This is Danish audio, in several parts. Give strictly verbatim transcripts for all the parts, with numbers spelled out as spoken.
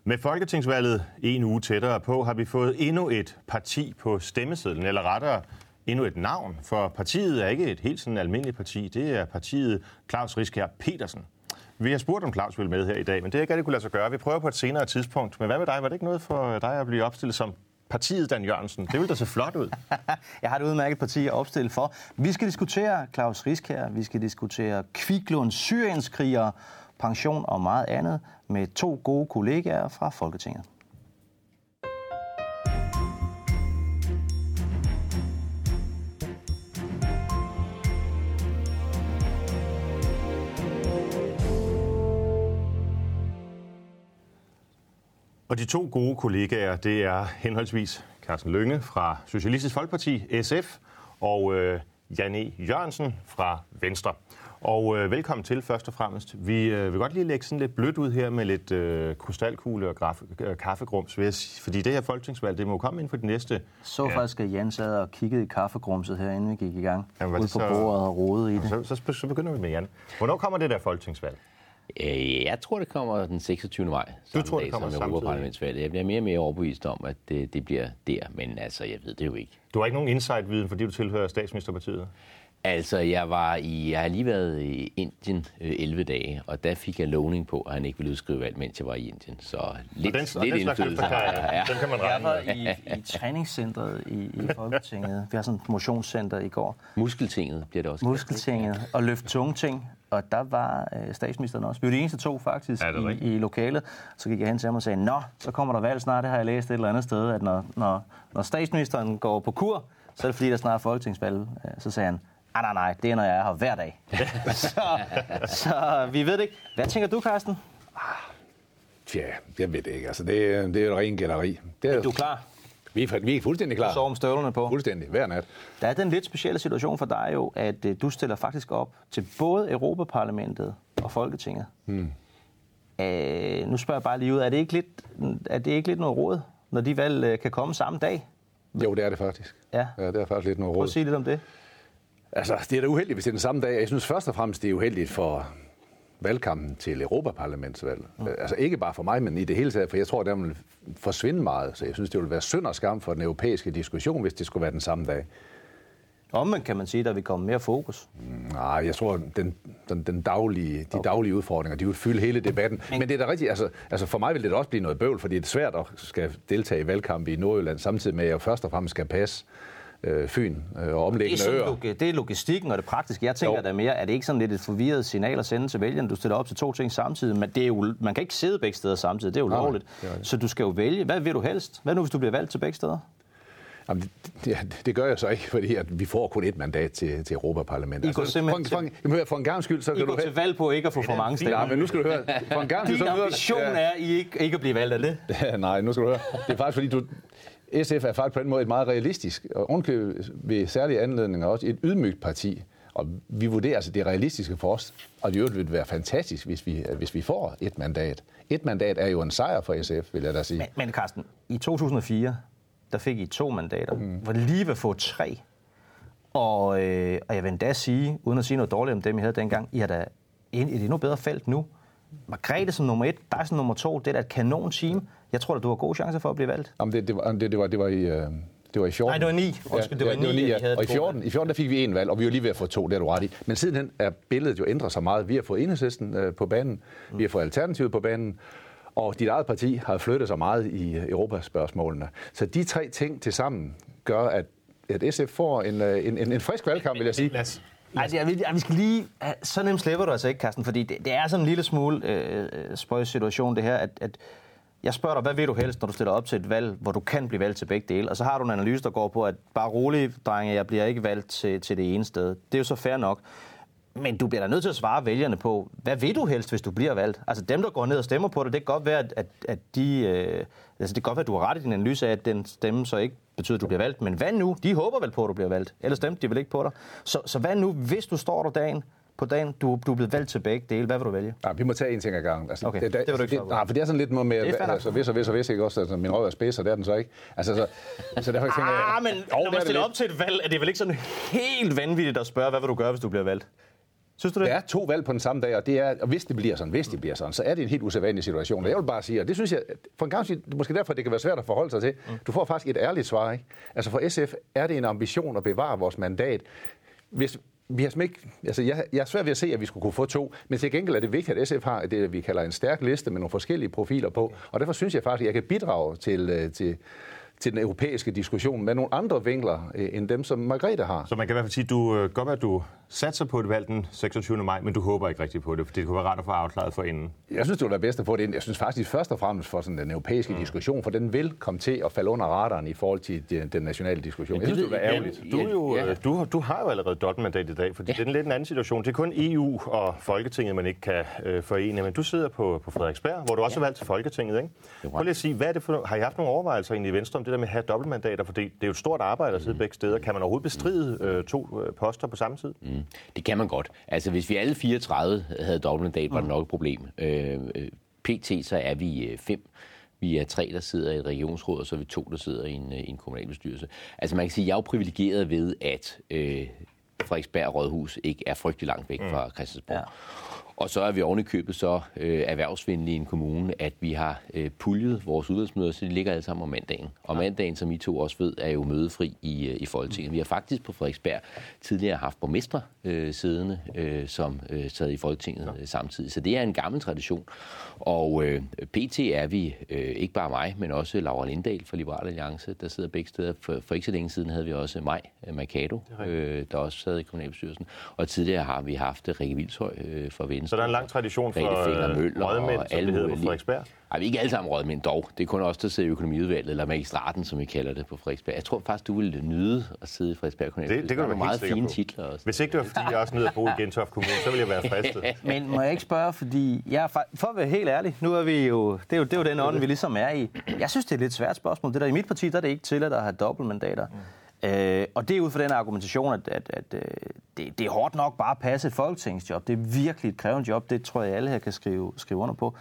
Med folketingsvalget en uge tættere på, har vi fået endnu et parti på stemmesedlen, eller rettere endnu et navn, for partiet er ikke et helt sådan almindeligt parti. Det er partiet Klaus Riskær Pedersen. Vi har spurgt, om Klaus vil med her i dag, men det har ikke rigtig kunne lade sig gøre. Vi prøver på et senere tidspunkt. Men hvad med dig? Var det ikke noget for dig at blive opstillet som partiet Dan Jørgensen? Det ville da se flot ud. Jeg har et udmærket parti at opstille for. Vi skal diskutere Klaus Riskær, vi skal diskutere Kviklund, syrienskrigere, pension og meget andet med to gode kollegaer fra Folketinget. Og de to gode kollegaer, det er henholdsvis Karsten Lynge fra Socialistisk Folkeparti, S F, og øh, Jan E. Jørgensen fra Venstre. Og øh, velkommen til først og fremmest. Vi øh, vil godt lige lægge sådan lidt blødt ud her med lidt øh, krystalkugle og graf, øh, kaffegrums, fordi det her folketingsvalg, det må komme ind for de næste... Så ja. faktisk, at Jan sad og kiggede i kaffegrumset her, inden vi gik i gang. Jamen, ude på så... bordet og rodede i det. Så, så, så begynder vi med Jan. Hvornår kommer det der folketingsvalg? Jeg tror, det kommer den seksogtyvende maj. Du tror, det kommer samtidig? Europaparlamentsvalget. Jeg bliver mere og mere overbevist om, at det, det bliver der, men altså, jeg ved det jo ikke. Du har ikke nogen insight-viden, fordi du tilhører statsministerpartiet? Altså, jeg var i, jeg har lige været i Indien øh, elleve dage, og der fik jeg lovning på, at han ikke ville udskrive valg, mens jeg var i Indien. Så lidt, den, lidt den indflydelse. Ja. Den kan man regne med. Jeg var i, i træningscentret i, i Folketinget. Vi har sådan et motionscenter i går. Muskeltinget bliver det også. Muskeltinget og løft tunge ting. Og der var øh, statsministeren også. Vi var de eneste to faktisk i, i lokalet. Så gik jeg hen til ham og sagde, nå, så kommer der valg snart. Det har jeg læst et eller andet sted, at når, når, når statsministeren går på kur, så er det fordi, der snart er folketingsvalg. Så sagde han, nej, nej, nej, det er, når jeg er her hver dag. så, så vi ved det ikke. Hvad tænker du, Karsten? Ah, tja, jeg ved det ikke. Altså, det, er, det er jo ren gætteri. Er du klar? Vi er, vi er fuldstændig klar. Du sover med støvlerne på. Fuldstændig, hver nat. Der er den lidt specielle situation for dig jo, at uh, du stiller faktisk op til både Europaparlamentet og Folketinget. Hmm. Uh, nu spørger jeg bare lige ud, er det ikke lidt, er det ikke lidt noget råd, når de valg uh, kan komme samme dag? Jo, det er det faktisk. Ja, ja det er faktisk lidt noget råd. Prøv at sige lidt om det. Altså, det er da uheldigt, hvis det er den samme dag. Jeg synes først og fremmest, det er uheldigt for valgkampen til Europaparlamentsvalget. Mm. Altså ikke bare for mig, men i det hele taget, for jeg tror, at der vil forsvinde meget. Så jeg synes, det vil være synd og skam for den europæiske diskussion, hvis det skulle være den samme dag. Omvendt kan man sige, at der vil komme mere fokus. Mm, nej, jeg tror, den, den, den daglige, de okay. daglige udfordringer, de vil fylde hele debatten. Men, men det er da rigtigt, altså, altså for mig vil det også blive noget bøvl, fordi det er svært at skal deltage i valgkamp i Nordjylland, samtidig med, at jeg først og fremmest skal passe Fyn og omliggende øer. Det er logistikken og det praktiske. Jeg tænker da mere, er det ikke sådan lidt et forvirret signal at sende til vælgerne? Du stiller op til to ting samtidig, men det er jo, man kan ikke sidde begge steder samtidig. Det er jo lovligt. Så du skal jo vælge. Hvad vil du helst? Hvad nu, hvis du bliver valgt til begge steder? Jamen, det, det, det gør jeg så ikke, fordi at vi får kun et mandat til, til Europaparlamentet. I går altså, simpelthen for, for, for, for en gang skyld, så I kan du... I går til valg på ikke at få for mange stemmer. Ja, men nu skal du høre. For en gang Din så ambition ja. er I ikke, ikke at blive valgt af det? Ja, nej, nu skal du høre. Det er faktisk, fordi du... S F er faktisk på den måde et meget realistisk, og ordentligt ved særlige anledninger også et ydmygt parti. Og vi vurderer altså det realistiske for os, og det jo vil være fantastisk, hvis vi, hvis vi får et mandat. Et mandat er jo en sejr for S F, vil jeg da sige. Men, men Karsten, i to tusind og fire, der fik I to mandater, mm. hvor lige vil få tre. Og, øh, og jeg vil endda sige, uden at sige noget dårligt om dem, I havde dengang, I har da et endnu bedre felt nu. Margrethe som nummer et, dig som nummer to, det er da et kanon-team. Jeg tror, at du har gode chancer for at blive valgt. Jamen, det, det, var, det, det, var, det, var i, øh, det var i fjorten. Nej, det var ni. Undskyld, det var, ja, det var ni, ja. Og i fjorten, i fjorten der fik vi en valg, og vi var lige ved at få to, det er du ret i. Men sidenhen er billedet jo ændret sig meget. Vi har fået Enhedslisten øh, på banen, mm. vi har fået Alternativet på banen, og dit eget parti har flyttet sig meget i Europaspørgsmålene. Så de tre ting til sammen gør, at, at S F får en, en, en, en frisk valgkamp, vil jeg sige. Nej, jeg vil, jeg, vi skal lige... Så nemt slipper du altså ikke, Karsten, fordi det, det er sådan en lille smule øh, spøjs situation, det her, at, at jeg spørger dig, hvad vil du helst, når du stiller op til et valg, hvor du kan blive valgt til begge dele? Og så har du en analyse, der går på, at bare rolig, drenge, jeg bliver ikke valgt til, til det ene sted. Det er jo så fair nok. Men du bliver da nødt til at svare vælgerne på, hvad vil du helst, hvis du bliver valgt? Altså dem, der går ned og stemmer på det, det kan godt være, at, at de... Øh, altså det kan godt være, at du har ret i din analyse af, at den stemme så ikke betyder, at du bliver valgt. Men hvad nu? De håber vel på, at du bliver valgt. Ellers stemte de vel ikke på dig. Så, så hvad nu, hvis du står der dagen, på dagen, du, du er blevet valgt til begge dele, hvad vil du vælge? Ja, vi må tage en ting ad gangen. Altså, okay, det, det, det vil du ikke det, nej, for det er sådan lidt noget med, altså, hvis og hvis og hvis, ikke også? Altså, min røv er spids, og det er den så ikke. Altså, så, så derfor tænker jeg... Ah, men når man stiller op til et valg, er det vel ikke sådan helt vanvittigt at spørge, hvad vil du gøre, hvis du bliver valgt? Synes du det? Der er to valg på den samme dag, og, det er, og hvis det bliver sådan, hvis det bliver sådan, så er det en helt usædvanlig situation. Og jeg vil bare sige, og det synes jeg, for en gang siden, måske derfor, det kan være svært at forholde sig til. Du får faktisk et ærligt svar, ikke? Altså for S F er det en ambition at bevare vores mandat. Hvis vi har ikke, altså jeg, jeg er svært ved at se, at vi skulle kunne få to, men til gengæld er det vigtigt, at S F har det, vi kalder en stærk liste med nogle forskellige profiler på, og derfor synes jeg faktisk, at jeg kan bidrage til, til til den europæiske diskussion med nogle andre vinkler end dem, som Margrethe har. Så man kan i hvert fald sige, at du godt være, at du satser på et valg den seksogtyvende maj, men du håber ikke rigtig på det, fordi det kunne være rart at få afklaret for inden. Jeg synes, det ville være bedst at få det ind. Jeg synes faktisk først og fremmest for sådan den europæiske mm. diskussion, for den vil komme til at falde under radaren i forhold til den, den nationale diskussion. Jeg synes, det ville være ærgerligt. Du, jo, ja. du, du har jo allerede dobbeltmandat i dag, fordi ja. det er lidt en anden situation. Det er kun E U og Folketinget, man ikke kan øh, forene, men du sidder på, på Frederiksberg, hvor du også ja. er valgt til Folketinget, ikke? Prøv lige at sige, hvad er det for, har I haft nogle overvejelser egentlig i Venstre om det der med at have dobbeltmandater? For det er jo et stort arbejde at sidde mm. begge steder. Kan man overhovedet bestride øh, to øh, poster på samme tid? Mm. Det kan man godt. Altså, hvis vi alle fireogtredive havde dobbeltmandat, var det nok et problem. Øh, P T, så er vi fem. Vi er tre, der sidder i et regionsråd, og så er vi to, der sidder i en, i en kommunalbestyrelse. Altså, man kan sige, at jeg er jo privilegeret ved, at øh, Frederiksberg Rådhus ikke er frygtelig langt væk mm. fra Christiansborg. Ja. Og så er vi oven i købet så øh, erhvervsvenlige i en kommune, at vi har øh, puljet vores udvalgsmøder, så de ligger alle sammen om mandagen. Og mandagen, som I to også ved, er jo mødefri i, øh, i Folketinget. Vi har faktisk på Frederiksberg tidligere haft borgmestre øh, siddende, øh, som øh, sad i Folketinget øh, samtidig. Så det er en gammel tradition. Og øh, P T er vi, øh, ikke bare mig, men også Laura Lindahl fra Liberal Alliance, der sidder begge steder. For, for ikke så længe siden havde vi også Maj Mercado, øh, der også sad i kommunalbestyrelsen. Og tidligere har vi haft Rikke Vilshøj øh, fra Venstre. Så der er en lang tradition for rådmænd, som det hedder på Frederiksberg? Nej, vi er ikke alle sammen rådmænd dog. Det er kun os, der sidder i økonomiudvalget, eller magistraten, som vi kalder det på Frederiksberg. Jeg tror faktisk, du ville nyde at sidde i Frederiksberg Kommunal. Det, det kan du være meget fine på. Titler også. Hvis ikke det var, fordi jeg også nød at bo i Gentofte Kommune, så ville jeg være fristet. Men må jeg ikke spørge, fordi jeg er, for at være helt ærlig, nu er vi jo, det er jo, det er jo den ånd, vi ligesom er i. Jeg synes, det er et lidt svært spørgsmål. Det der i mit parti, der er det ikke til, at der har dobbeltmandater. Mm. Øh, og det er ud fra den argumentation, at, at, at, at det, det er hårdt nok bare at passe et folketingsjob. Det er virkelig et krævende job. Det tror jeg, alle her kan skrive, skrive under på.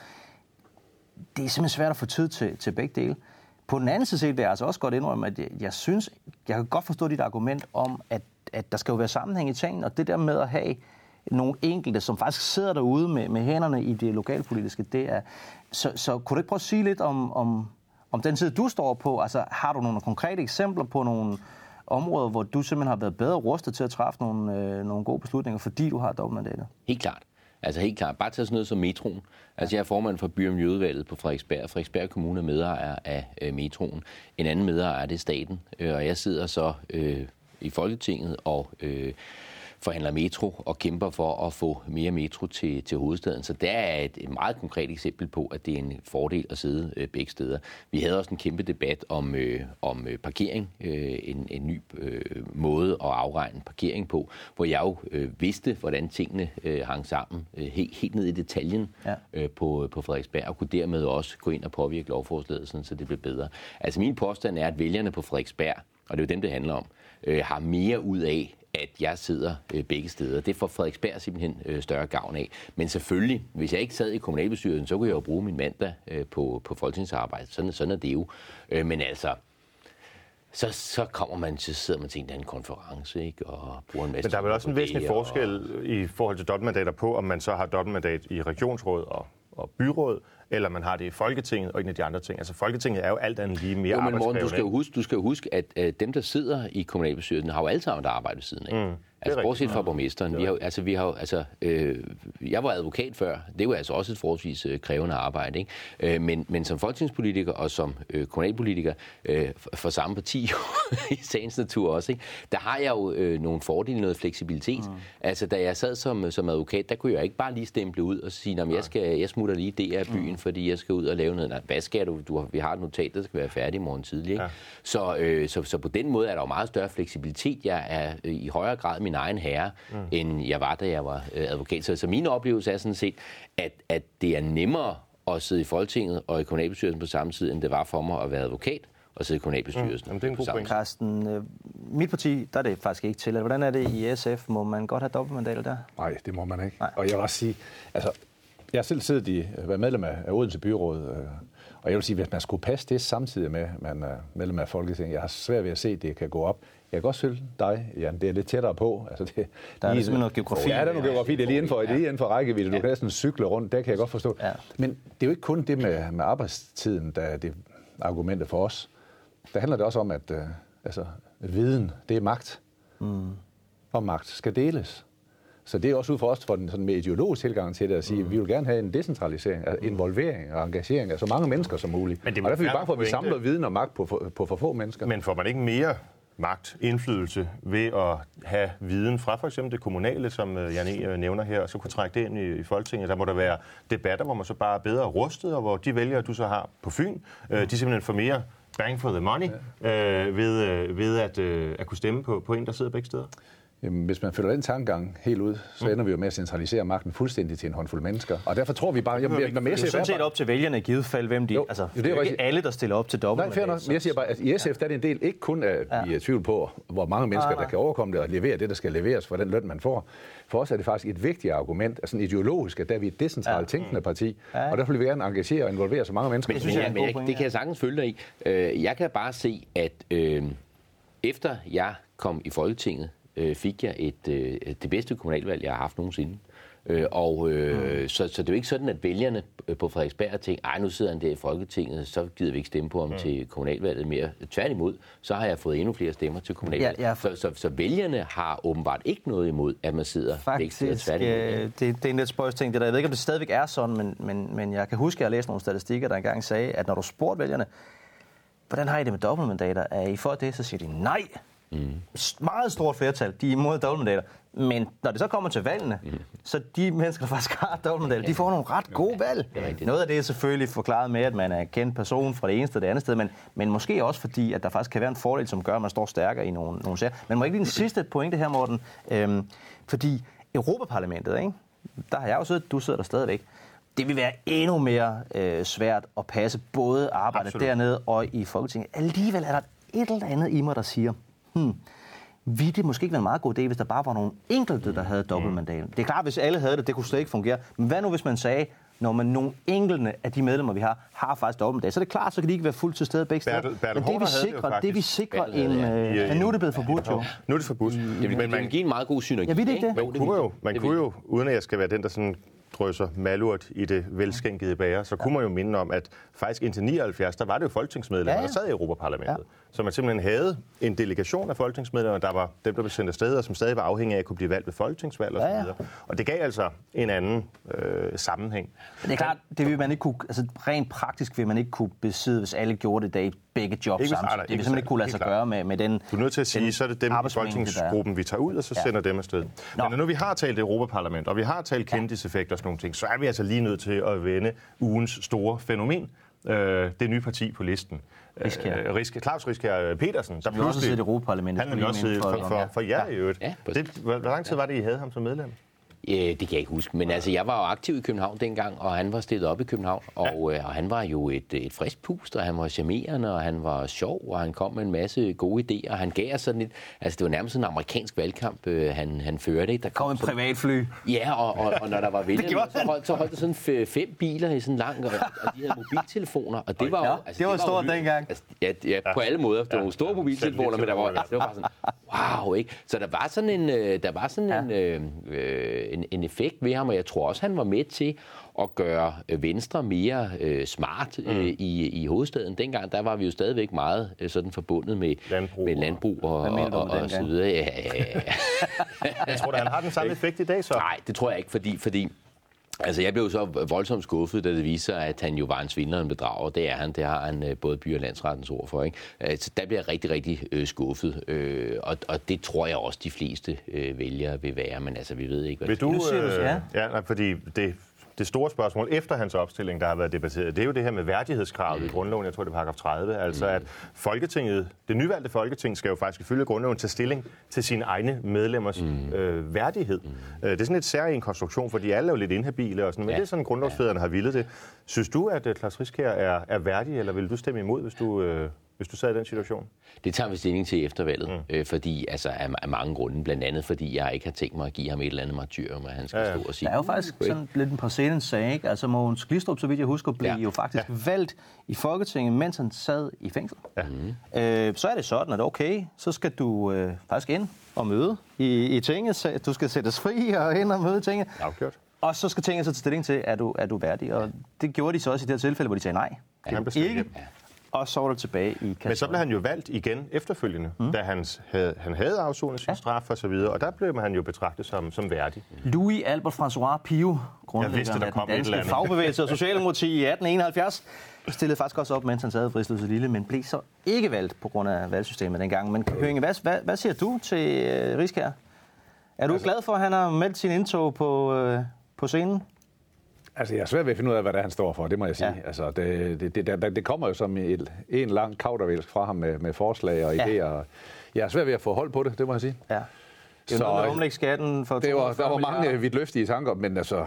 Det er simpelthen svært at få tid til, til begge dele. På den anden side vil jeg altså også godt indrømme, at jeg, jeg synes, jeg kan godt forstå dit argument om, at, at der skal jo være sammenhæng i tingene, og det der med at have nogle enkelte, som faktisk sidder derude med, med hænderne i det lokalpolitiske, det er... Så, så kunne du ikke prøve at sige lidt om, om, om den side, du står på? Altså, har du nogle konkrete eksempler på nogle områder, hvor du simpelthen har været bedre rustet til at træffe nogle, øh, nogle gode beslutninger, fordi du har dobbeltmandater? Helt klart. Altså helt klart. Bare tage sådan noget som metroen. Altså jeg er formand for by- og miljøudvalget på Frederiksberg. Frederiksberg Kommune er medejer af øh, metroen. En anden medejer er det staten. Øh, og jeg sidder så øh, i Folketinget og øh, forhandler metro og kæmper for at få mere metro til, til hovedstaden. Så der er et, et meget konkret eksempel på, at det er en fordel at sidde øh, begge steder. Vi havde også en kæmpe debat om, øh, om øh, parkering, øh, en, en ny øh, måde at afregne parkering på, hvor jeg jo øh, vidste, hvordan tingene øh, hang sammen øh, helt, helt ned i detaljen ja. øh, på, på Frederiksberg, og kunne dermed også gå ind og påvirke lovforslaget, sådan, så det blev bedre. Altså min påstand er, at vælgerne på Frederiksberg, og det er jo dem, det handler om, øh, har mere ud af, at jeg sidder øh, begge steder. Det får Frederiksberg simpelthen øh, større gavn af. Men selvfølgelig, hvis jeg ikke sad i kommunalbestyrelsen, så kunne jeg jo bruge min mandag øh, på, på folketingsarbejde. Sådan, sådan er det jo. Øh, men altså, så, så kommer man til, sidder man til en eller anden konference, ikke, og bruger en masse... Men der er vel også en væsentlig forskel og... i forhold til dobbeltmandater på, om man så har dobbeltmandat i regionsråd og, og byråd, eller man har det i Folketinget og en af de andre ting. Altså Folketinget er jo alt andet lige mere arbejdskrævende. Men Morten, du skal jo huske, du skal jo huske at øh, dem, der sidder i kommunalbestyrelsen, har jo alle sammen et arbejde ved siden af. Mm. Altså, bortset fra borgmesteren. Vi har, altså, vi har, altså, øh, jeg var advokat før. Det var altså også et forholdsvis øh, krævende arbejde. Ikke? Øh, men, men som folketingspolitiker og som øh, kommunalpolitiker øh, for, for samme parti i sagens natur også, ikke? Der har jeg jo øh, nogle fordele, noget fleksibilitet. Mm. Altså, da jeg sad som, som advokat, der kunne jeg ikke bare lige stemple ud og sige, at jeg, skal, jeg smutter lige det af byen, mm. fordi jeg skal ud og lave noget. Nej, hvad skal du? du har, vi har et notat, der skal være færdig i morgen tidlig. Ikke? Ja. Så, øh, så, så på den måde er der jo meget større fleksibilitet. Jeg er øh, i højere grad min egen herre, mm. end jeg var, da jeg var øh, advokat. Så, så min oplevelse er sådan set, at, at det er nemmere at sidde i Folketinget og i kommunalbestyrelsen på samme tid, end det var for mig at være advokat og sidde i kommunalbestyrelsen. Mm. Jamen, det er en god point. Carsten, øh, mit parti, der er det faktisk ikke til. Hvordan er det i S F? Må man godt have dobbeltmandater der? Nej, det må man ikke. Nej. Og jeg vil også sige, altså, jeg har selv siddet i, været medlem af Odense Byråd, øh, og jeg vil sige, hvis man skulle passe det samtidig med, at man er medlem af Folketinget, jeg har svært ved at se, at det kan gå op Jeg kan godt følge dig, Jan. Det er lidt tættere på. Altså, det, der er lige, simpelthen noget geografi. Ja, der er noget geografi. Det er lige inden for, ja. inden for rækkevidde. Du kan næsten cykle rundt. Det kan jeg godt forstå. Ja. Men det er jo ikke kun det med, med arbejdstiden, der er det argumentet for os. Der handler det også om, at øh, altså, viden, det er magt. Mm. Og magt skal deles. Så det er også ud for os for den sådan mere ideologiske tilgang til det at sige, mm. at vi vil gerne have en decentralisering, altså involvering og engagering af så mange mennesker som muligt. Men det og derfor er vi bange for, at vi samler viden og magt på for, på for få mennesker. Men får man ikke mere magt, indflydelse ved at have viden fra for eksempel det kommunale, som Jan E. nævner her, og så kunne trække det ind i, i Folketinget? Der må der være debatter, hvor man så bare er bedre rustet, og hvor de vælgere, du så har på Fyn, mm. øh, de simpelthen får mere bang for the money ja. øh, ved, øh, ved at, øh, at kunne stemme på, på en, der sidder begge steder. Jamen, hvis man følger den tankegang helt ud, så ender vi jo med at centralisere magten fuldstændig til en håndfuld mennesker. Og derfor tror vi bare... Jamen, det er jo sådan set op til vælgerne i givet fald, hvem de... Jo, altså, det er jo ikke alle, der stiller op til dobbelt. Nej, fair nok. Men jeg siger bare, at i S F der er det en del ikke kun, at vi er tvivl på, hvor mange mennesker, ah, der kan overkomme det og levere det, der skal leveres for den løn, man får. For os er det faktisk et vigtigt argument, altså ideologisk, at der er vi et decentralt ja. tænkende parti, ja. og derfor vil vi gerne engagere og involvere så mange mennesker. Men, men, men jeg, det kan jeg sagtens følge dig i. Jeg kan bare se, at øh, efter jeg kom i Folketinget, fik jeg et, øh, det bedste kommunalvalg, jeg har haft nogensinde. Øh, og øh, mm. så, så det er jo ikke sådan, at vælgerne på Frederiksberg tænker, ej, nu sidder han der i Folketinget, så gider vi ikke stemme på ham mm. til kommunalvalget mere. Tværtimod, så har jeg fået endnu flere stemmer til kommunalvalget. Ja, ja. Så, så, så vælgerne har åbenbart ikke noget imod, at man sidder Faktisk, øh, det, det er en lidt spøjs ting, det der. Jeg ved ikke, om det stadigvæk er sådan, men, men, men jeg kan huske, at jeg har læst nogle statistikker, der engang sagde, at når du spurgte vælgerne, hvordan har I det med dobbeltmandater? Er I for det? Så siger de nej. Mm. Meget stort flertal, de er imod dobbeltmandater. Men når det så kommer til valgene, mm. så de mennesker, der faktisk har dobbeltmandater, de får nogle ret gode valg. Noget af det er selvfølgelig forklaret med, at man er kendt person fra det ene sted og det andet sted, men, men måske også fordi, at der faktisk kan være en fordel, som gør, at man står stærkere i nogle, nogle sager. Men må ikke lige den sidste pointe her, Morten? Øhm, fordi Europaparlamentet, ikke? Der har jeg jo siddet, du sidder der stadigvæk. Det vil være endnu mere øh, svært at passe både arbejdet Absolut. dernede og i Folketinget. Alligevel er der et eller andet i mig, der siger, Hmm. ville det måske ikke være en meget god idé, hvis der bare var nogle enkelte, der havde dobbeltmandat. Det er klart, hvis alle havde det, det kunne slet ikke fungere. Men hvad nu, hvis man sagde, når man nogle enkelte af de medlemmer, vi har, har faktisk dobbeltmandat, så er det klart, så kan de ikke være fuldt til stede begge steder. Men det vi sikrer, det, vi sikrer en... Øh, ja, nu er det blevet forbudt, jo. Nu er det forbudt. Mm. Det vil, men man, give en meget god synergi. Jeg ved ikke det. Man kunne jo, man kunne jo, uden at jeg skal være den, der sådan drøser malurt i det velskænkede bager, så kunne man jo minde om, at faktisk indtil nioghalvfjerds, der var det jo folketingsmedlemmer, ja, ja. der sad i Europaparlamentet. Ja. Så man simpelthen havde en delegation af folketingsmedlemmer, der var dem, der blev sendt afsted, og som stadig var afhængige af at kunne blive valgt ved folketingsvalg og så videre. Ja, ja. Og det gav altså en anden øh, sammenhæng. Men det er klart, det vil man ikke kunne, altså rent praktisk vil man ikke kunne besidde, hvis alle gjorde det i begge jobs samtidig. Det vil simpelthen ikke kunne lade sig gøre med, med den. Du er nødt til at sige, så er det dem i folketingsgruppen, vi tager ud, og så ja. sender dem afsted. Nå. Men når nu vi har talt Europaparlament, og vi har talt kendiseffekter og sådan nogle ting, så er vi altså lige nødt til at vende ugens store fænomen. Øh, det nye parti på listen. Riskær. Riske, Claus Riskær Petersen. Der pludselig også i Europaparlamentet. Han vil også sidde for, for, for jer i øvrigt. Ja, det, hvor, hvor lang tid var det, I havde ham som medlem? Ja, det kan jeg ikke huske, men altså, jeg var jo aktiv i København dengang, og han var stillet op i København, og, ja. øh, og han var jo et, et frisk pust, og han var charmerende, og han var sjov, og han kom med en masse gode idéer, og han gav sådan et, altså det var nærmest en amerikansk valgkamp, øh, han, han førte. Der kom en sådan, privatfly. Ja, og, og, og når der var vælgere, så holdt, så holdt der sådan fem biler i sådan lang, og, og de havde mobiltelefoner, og det var jo... Ja, altså, det var, det var stort dengang. Altså, ja, ja, på alle måder. Det var nogle store ja, mobiltelefoner, men der var, altså, det var bare sådan, wow, ikke? Så der var sådan en, der var sådan ja. en, øh, en, en effekt ved ham, og jeg tror også, han var med til at gøre Venstre mere øh, smart øh, mm. i, i hovedstaden. Dengang, der var vi jo stadigvæk meget øh, sådan forbundet med landbrug, med landbrug og, og, og, og så videre. Ja, ja, ja. Jeg tror, han har den samme effekt i dag, så? Nej, det tror jeg ikke, fordi... fordi altså, jeg blev så voldsomt skuffet, da det viste sig, at han jo var en svindler og en bedrager. Det er han. Det har han både by- og landsrettens ord for, ikke? Så der bliver jeg rigtig, rigtig øh, skuffet. Øh, og, og det tror jeg også, de fleste øh, vælgere vil være. Men altså, vi ved ikke, hvad vil du, øh, ja? Ja, nej, fordi det... Det store spørgsmål efter hans opstilling, der har været debatteret, det er jo det her med værdighedskravet mm. i grundloven. Jeg tror, det er paragraf tredive. Altså, at Folketinget, det nyvalgte Folketing skal jo faktisk ifølge grundloven tage stilling til sine egne medlemmers mm. øh, værdighed. Mm. Det er sådan et særlig konstruktion, fordi alle er jo lidt inhabile og sådan, men ja. det er sådan, grundlovsfædrene har villet det. Synes du, at Claus Riskær er, er værdig, eller vil du stemme imod, hvis du, øh, hvis du sad i den situation? Det tager vi stilling til efter valget, mm. øh, fordi altså af, af mange grunde, blandt andet fordi jeg ikke har tænkt mig at give ham et eller andet martyrium, at han skal ja, ja. stå og sige. Der er jo faktisk sådan lidt en præcedens sag, ikke? Altså Mogens Glistrup, så vidt jeg husker, blev ja. jo faktisk ja. valgt i Folketinget, mens han sad i fængsel. Ja. Mm. Øh, så er det sådan, at okay, så skal du øh, faktisk ind og møde i, i tinget. Du skal sættes fri og ind og møde i tinget. Afgjort. Og så skal tinget så tage stilling til, er du, er du værdig? Og det gjorde de så også i det her tilfælde, hvor de sagde nej. Ja, han blev ikke. Og så var der tilbage i kassen. Men så blev han jo valgt igen efterfølgende, mm. da han havde, han havde afsonet sin ja. straf og så videre, og der blev han jo betragtet som, som værdig. Louis Albert François Pio, grundlæggeren af den danske fagbevægelse og Socialdemokrati i atten enoghalvfjerds, stillede faktisk også op, mens han sad i Vrisløse Lille, men blev så ikke valgt på grund af valgsystemet dengang. Men Høinge, hvad, hvad, hvad siger du til uh, Riskær? Er du altså, glad for, at han har meldt sin indtog på, uh, på scenen? Altså, jeg er svært ved at finde ud af, hvad det er, han står for, det må jeg sige. Ja. Altså, det, det, det, det kommer jo som et, en lang kaudervælsk fra ham med, med forslag og idéer. Ja. Jeg er svært ved at få hold på det, det må jeg sige. Ja. Det er jo noget med omlægge skatten for det var, der var mange vidtløftige tanker, men altså...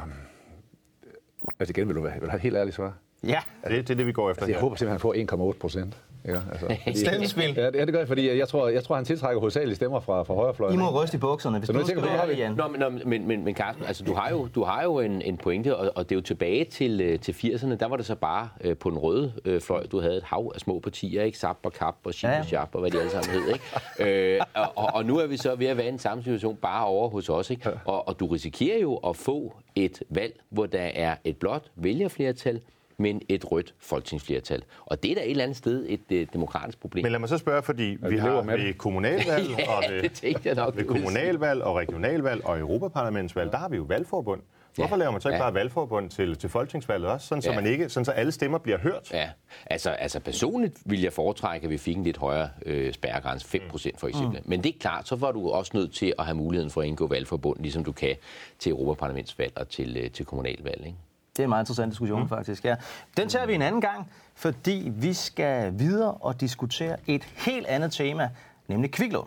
Altså igen, vil du være, vil du have helt ærligt svar? Ja. Det, det er det, vi går efter. Altså, jeg håber simpelthen, han får en komma otte procent. Ja, altså, Stemmespil. Ja, det gør jeg, fordi jeg tror, jeg tror han tiltrækker hovedsageligt stemmer fra, fra højrefløjen. I må ryste i bukserne, hvis så du skal være det, Jan. Nå, men, men, men, men Carsten, altså, du har jo, du har jo en, en pointe, og, og det er jo tilbage til, til firserne. Der var det så bare øh, på den røde øh, fløj, du havde et hav af små partier, ikke? Zap og Kap og Chip og Chap og hvad de alle sammen hed, ikke? Øh, og, og nu er vi så ved at være i den samme situation bare over hos os, ikke? Og, og du risikerer jo at få et valg, hvor der er et blåt vælgerflertal, men et rødt folketingsflertal. Og det er da et eller andet sted et uh, demokratisk problem. Men lad mig så spørge, fordi ja, vi har ved kommunalvalg, ja, og ved, jeg nok, ved kommunalvalg og regionalvalg og Europaparlamentsvalg, der har vi jo valgforbund. Hvorfor ja, laver man så ikke ja. bare valgforbund til, til folketingsvalget også, sådan, ja. så, man ikke, sådan så alle stemmer bliver hørt? Ja, altså, altså personligt vil jeg foretrække, at vi fik en lidt højere øh, spærregrænse, fem procent for eksempel. Mm. Men det er klart, så var du også nødt til at have muligheden for at indgå valgforbund, ligesom du kan til Europaparlamentsvalg og til, øh, til kommunalvalg, ikke? Det er en meget interessant diskussion, mm. faktisk. Ja. Den tager vi en anden gang, fordi vi skal videre og diskutere et helt andet tema, nemlig kviklån.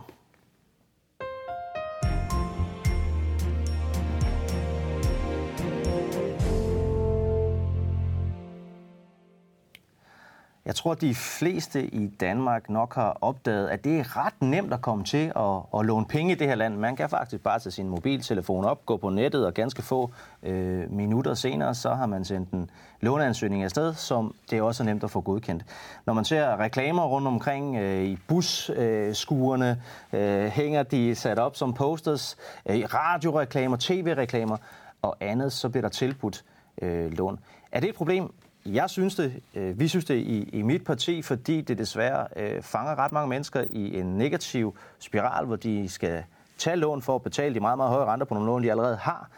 Jeg tror, at de fleste i Danmark nok har opdaget, at det er ret nemt at komme til at, at låne penge i det her land. Man kan faktisk bare tage sin mobiltelefon op, gå på nettet, og ganske få øh, minutter senere, så har man sendt en låneansøgning afsted, som det er også nemt at få godkendt. Når man ser reklamer rundt omkring øh, i busskuerne, øh, hænger de sat op som posters, øh, radioreklamer, tv-reklamer og andet, så bliver der tilbudt øh, lån. Er det et problem? Jeg synes det, øh, vi synes det i, i mit parti, fordi det desværre øh, fanger ret mange mennesker i en negativ spiral, hvor de skal tage lån for at betale de meget, meget høje renter på nogle lån, de allerede har,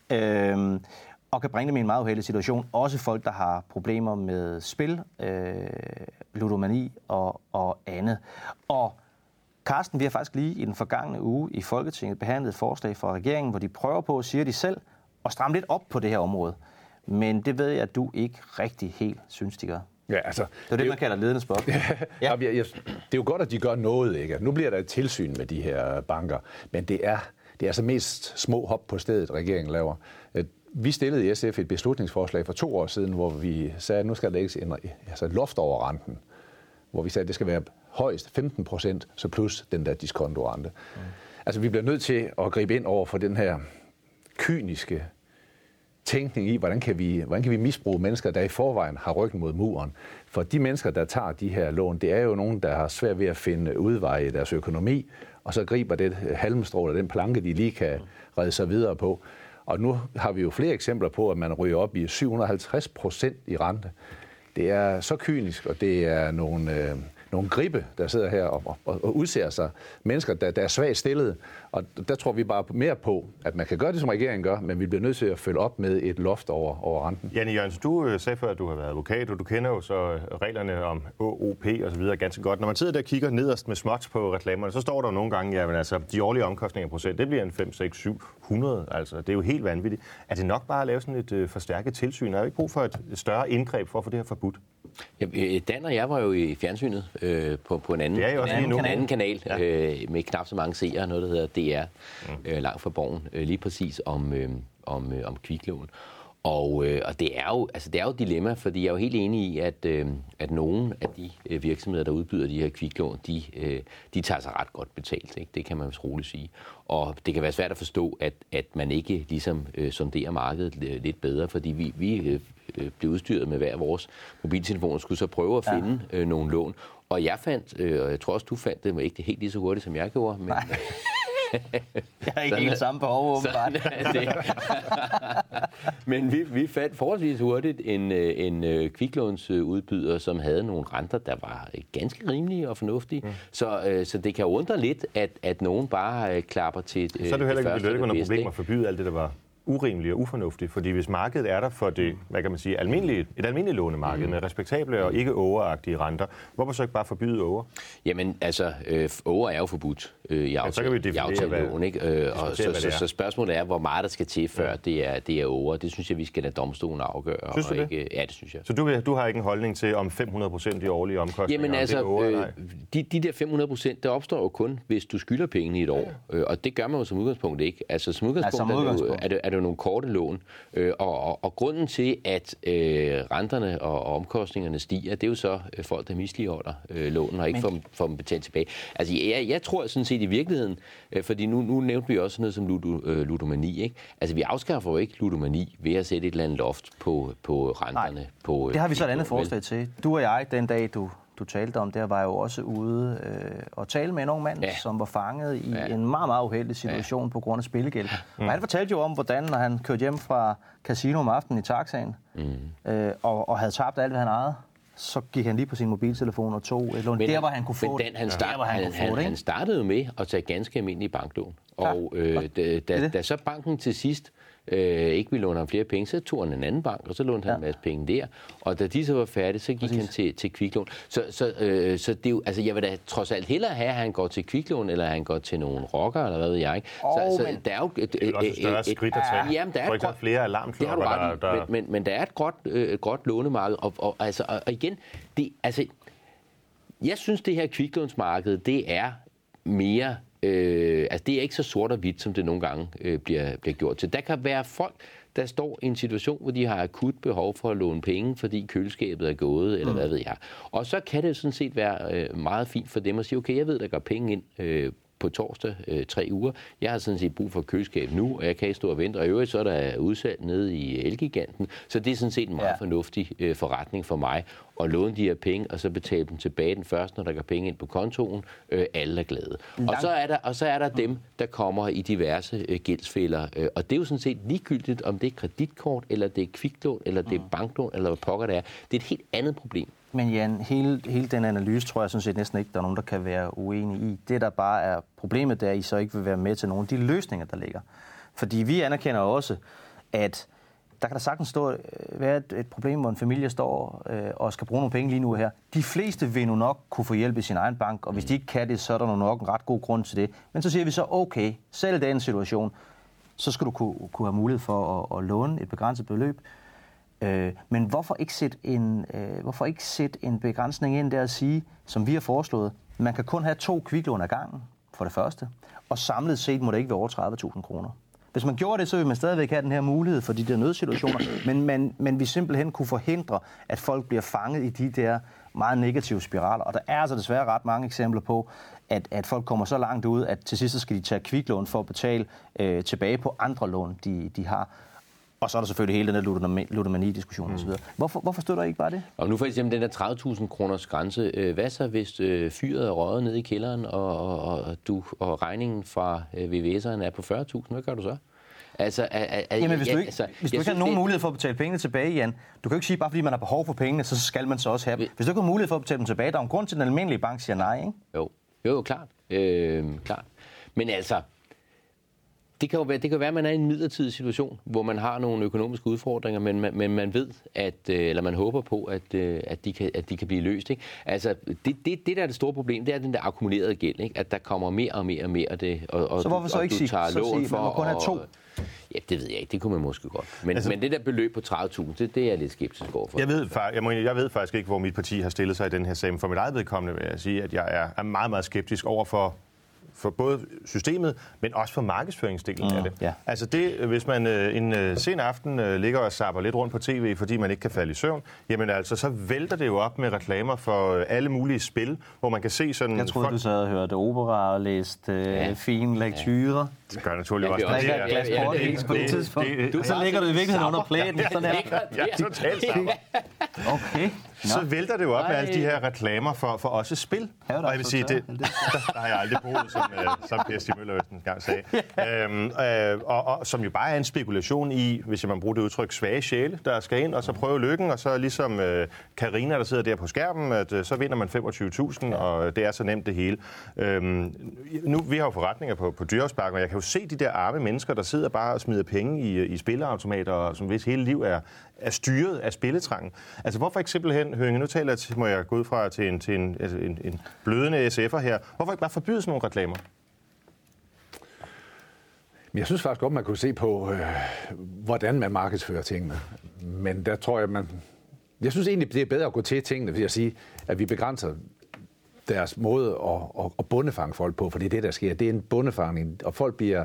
øh, og kan bringe dem i en meget uheldig situation. Også folk, der har problemer med spil, øh, ludomani og, og andet. Og Carsten, vi har faktisk lige i den forgangne uge i Folketinget behandlet et forslag fra regeringen, hvor de prøver på, siger de selv, at stramme lidt op på det her område. Men det ved jeg, at du ikke rigtig helt synes, de gør. Ja, altså, det er det, man kalder ledende spot. Ja. Ja. Det er jo godt, at de gør noget, ikke? Nu bliver der et tilsyn med de her banker, men det er, det er altså mest små hop på stedet, regeringen laver. Vi stillede i S F et beslutningsforslag for to år siden, hvor vi sagde, at nu skal der lægges en altså loft over renten. Hvor vi sagde, at det skal være højst femten procent, så plus den der diskontorente. Mm. Altså, vi bliver nødt til at gribe ind over for den her kyniske tænkning i, hvordan kan, vi, hvordan kan vi misbruge mennesker, der i forvejen har ryggen mod muren. For de mennesker, der tager de her lån, det er jo nogen, der har svært ved at finde udveje i deres økonomi, og så griber det halmstrå eller den planke, de lige kan redde sig videre på. Og nu har vi jo flere eksempler på, at man ryger op i syv hundrede og halvtreds procent i rente. Det er så kynisk, og det er nogle, øh, nogle gribe, der sidder her og, og, og udser sig. Mennesker, der, der er svagt stillet. Og der tror vi bare mere på, at man kan gøre det, som regeringen gør, men vi bliver nødt til at følge op med et loft over, over renten. Janne Jørgensen, du sagde før, at du har været advokat, og du kender jo så reglerne om O O P og så videre ganske godt. Når man sidder der og kigger nederst med småt på reklamerne, så står der nogle gange, ja, men altså, de årlige omkostninger procent, det bliver en fem, seks, syv hundrede. Altså, det er jo helt vanvittigt. Er det nok bare at lave sådan et øh, forstærket tilsyn? Er der ikke brug for et større indgreb for at få det her forbudt? Ja, Dan og jeg var jo i fjernsynet øh, på, på en anden, en anden, en anden kanal, ja. øh, med knap så mange seere, noget der hedder D R, mm. øh, langt fra Borgen, øh, lige præcis om, øh, om, øh, om kviklån. Og, øh, og det er jo altså det er jo et dilemma, fordi jeg er jo helt enig i, at, øh, at nogle af de øh, virksomheder, der udbyder de her kviklån, de, øh, de tager sig ret godt betalt. Ikke? Det kan man vist roligt sige. Og det kan være svært at forstå, at, at man ikke ligesom øh, sonderer markedet lidt bedre, fordi vi, vi øh, blev udstyret med hver vores mobiltelefoner, skulle så prøve at finde ja. øh, nogle lån. Og jeg fandt, øh, og jeg tror også, du fandt det, men ikke helt lige så hurtigt, som jeg gjorde. Men, jeg har ikke helt samme behov, åbenbart. Men vi, vi fandt forholdsvis hurtigt en, en, en kviklånsudbyder, som havde nogle renter, der var ganske rimelige og fornuftige. Mm. Så, så det kan undre lidt, at, at nogen bare klapper til så er det jo heller ikke noget problem at forbyde alt det, der var urimeligt og ufornuftigt, fordi hvis markedet er der for det, hvad kan man sige, almindelige, et almindeligt lånemarked mm. med respektable og ikke overagtige renter, hvorfor så ikke bare forbyde over? Jamen, altså, øh, over er jo forbudt øh, i aftaleloven, ikke? Øh, og så, så, så spørgsmålet er, hvor meget der skal til, før ja. det er, det er over. Det synes jeg, vi skal lade domstolen afgøre. Synes du og det? Ikke, ja, det synes jeg. Så du, du har ikke en holdning til, om fem hundrede procent i årlige omkostninger? Jamen altså, det over, øh, de, de der fem hundrede procent, det opstår jo kun, hvis du skylder pengene i et år. Ja. Øh, og det gør man jo som udgangspunkt ikke. Altså, som udgangspunkt, ja, som udgangspunkt. Er, det, er, det, er det jo nogle korte lån. Øh, og, og, og grunden til, at øh, renterne og, og omkostningerne stiger, det er jo så øh, folk, der misligholder øh, lånen og ikke Men... får, får dem betalt tilbage. Altså, jeg, jeg tror sådan set i virkeligheden, øh, fordi nu, nu nævnte vi også noget som ludo, øh, ludomani, ikke? Altså, vi afskaffer jo ikke ludomani ved at sætte et eller andet loft på, på renterne. Nej, på, øh, det har vi så et andet forslag til. Du og jeg, den dag, du du talte om, der var jo også ude øh, og tale med en ung mand, ja. som var fanget i ja. en meget, meget uheldig situation ja. på grund af spillegæld. Mm. Og han fortalte jo om, hvordan, når han kørte hjem fra casino om aftenen i taxaen, mm. øh, og, og havde tabt alt, hvad han ejede, så gik han lige på sin mobiltelefon og tog et lån. Der, hvor han kunne få den, han, start, der, han, han, han, han startede jo med at tage ganske almindelige banklån. Og øh, da, da, da så banken til sidst øh, ikke ville låne ham flere penge, så tog han en anden bank, og så lånte han ja. en masse penge der. Og da de så var færdige, så gik Præcis. han til, til kviklån. Så, så, øh, så det er jo, altså jeg vil da trods alt hellere have, at han går til kviklån, eller han går til nogle rocker, eller hvad ved jeg ikke. Oh, så, så men... der er jo et, det er også et større et, skridt at tage. Jamen, der er et godt, flere alarmklokker, der, der... Men, men, men der er et godt, øh, godt lånemarked, og, og, altså, og, og igen, det, altså, jeg synes, det her kviklånsmarked, det er mere... Øh, altså det er ikke så sort og hvidt, som det nogle gange øh, bliver, bliver gjort til. Der kan være folk, der står i en situation, hvor de har akut behov for at låne penge, fordi køleskabet er gået, eller mm. hvad ved jeg. Og så kan det sådan set være øh, meget fint for dem at sige, okay, jeg ved, der går penge ind øh, på torsdag øh, tre uger. Jeg har sådan set brug for køleskab nu, og jeg kan ikke stå og vente. Og i øvrigt så er der udsalg nede i Elgiganten. Så det er sådan set en meget ja. fornuftig øh, forretning for mig at låne de her penge, og så betale dem tilbage den første, når der går penge ind på kontoen. Øh, alle er glade. Og så er der, og så er der dem, der kommer i diverse øh, gældsfælder. Øh, og det er jo sådan set ligegyldigt, om det er kreditkort, eller det er kviklån, eller det er banklån, eller hvad pokker det er. Det er et helt andet problem. Men Jan, hele, hele den analyse tror jeg sådan set næsten ikke, der er nogen, der kan være uenige i. Det, der bare er problemet, det er, at I så ikke vil være med til nogle af de løsninger, der ligger. Fordi vi anerkender også, at der kan der sagtens stå, være et, et problem, hvor en familie står øh, og skal bruge nogle penge lige nu her. De fleste vil nu nok kunne få hjælp i sin egen bank, og hvis de ikke kan det, så er der nu nok en ret god grund til det. Men så siger vi så, okay, selv i den situation, så skal du kunne, kunne have mulighed for at, at låne et begrænset beløb. Øh, men hvorfor ikke, sætte en, øh, hvorfor ikke sætte en begrænsning ind der at sige, som vi har foreslået, man kan kun have to kviklån ad gangen, for det første, og samlet set må det ikke være over tredive tusind kroner. Hvis man gjorde det, så ville man stadigvæk have den her mulighed for de der nødsituationer, men, men, men vi simpelthen kunne forhindre, at folk bliver fanget i de der meget negative spiraler. Og der er altså desværre ret mange eksempler på, at, at folk kommer så langt ud, at til sidst så skal de tage kviklån for at betale øh, tilbage på andre lån, de, de har. Og så er der selvfølgelig hele den der ludomani-diskussion mm. osv. Hvorfor, hvorfor støtter I ikke bare det? Og nu for eksempel den der tredive tusind kroners grænse. Hvad så, hvis øh, fyret er røget ned i kælderen, og, og, og, du, og regningen fra øh, V V S'eren er på fyrre tusind? Hvad gør du så? Altså, a, a, Jamen, hvis du ikke, altså, hvis du ikke har nogen det... mulighed for at betale pengene tilbage, Jan, du kan jo ikke sige, bare fordi man har behov for pengene, så skal man så også have dem. Hvis du ikke har mulighed for at betale dem tilbage, der er en grund til, at den almindelige bank siger nej, ikke? Jo, jo, klart. Øh, klart. Men altså... Det kan jo være, det kan være, at man er i en midlertidig situation, hvor man har nogle økonomiske udfordringer, men man, men man ved, at, eller man håber på, at, at, de, kan, at de kan blive løst. Ikke? Altså, det, det, det der er det store problem, det er den der akkumulerede gæld, ikke? At der kommer mere og mere og mere af det. Og, og så hvorfor du, så ikke sige, tager så lån sige, for, man må kun have to? Og, ja, det ved jeg ikke. Det kunne man måske godt. Men, altså, men det der beløb på tredive tusind, det, det er jeg lidt skeptisk overfor. Jeg ved, jeg, må, jeg ved faktisk ikke, hvor mit parti har stillet sig i den her sag, men for mit eget vedkommende vil jeg sige, at jeg er, er meget, meget skeptisk over for for både systemet, men også for markedsføringsdelen mm, af det. ja. Altså det, hvis man øh, en øh, sen aften øh, ligger og zapper lidt rundt på tv, fordi man ikke kan falde i søvn, jamen altså, så vælter det jo op med reklamer for øh, alle mulige spil, hvor man kan se sådan... Jeg troede, folk... du så havde hørt opera og læst øh, ja. fine lektyrer. Det gør naturligvis ja, også. Det er et glas portvin på det tidspunkt. Så ligger du i virkeligheden under plæden. Sådan er det. Ja, totalt sammen. Okay. Nå. Så vælter det jo op med alle de her reklamer for, for også spil. Ja, og jeg vil sige, det, der, der har jeg aldrig boet, som, uh, som Per Stig Møller en gang sagde. øhm, øh, og, og som jo bare er en spekulation i, hvis man bruger det udtryk, svage sjæle, der skal ind og så prøve lykken, og så ligesom Karina, uh, der sidder der på skærmen, at uh, så vinder man femogtyve tusind, og det er så nemt det hele. Øhm, nu, vi har jo forretninger på, på Dyrehavsparken, og jeg kan jo se de der arme mennesker, der sidder bare og smider penge i, i spilleautomater, og som hvis hele liv er, er styret af spilletrangen. Altså hvorfor ikke simpelthen, Hønge, nu taler jeg til, må jeg gå ud fra til en, til en, altså en, en blødende S F'er her, hvorfor ikke bare forbyde sådan nogle reklamer? Men jeg synes faktisk godt, man kunne se på, øh, hvordan man markedsfører tingene. Men der tror jeg, man... Jeg synes egentlig, det er bedre at gå til tingene, vil jeg sige, at vi begrænser deres måde at, at, at bundefange folk på, for det er det, der sker. Det er en bundefangning, og folk bliver...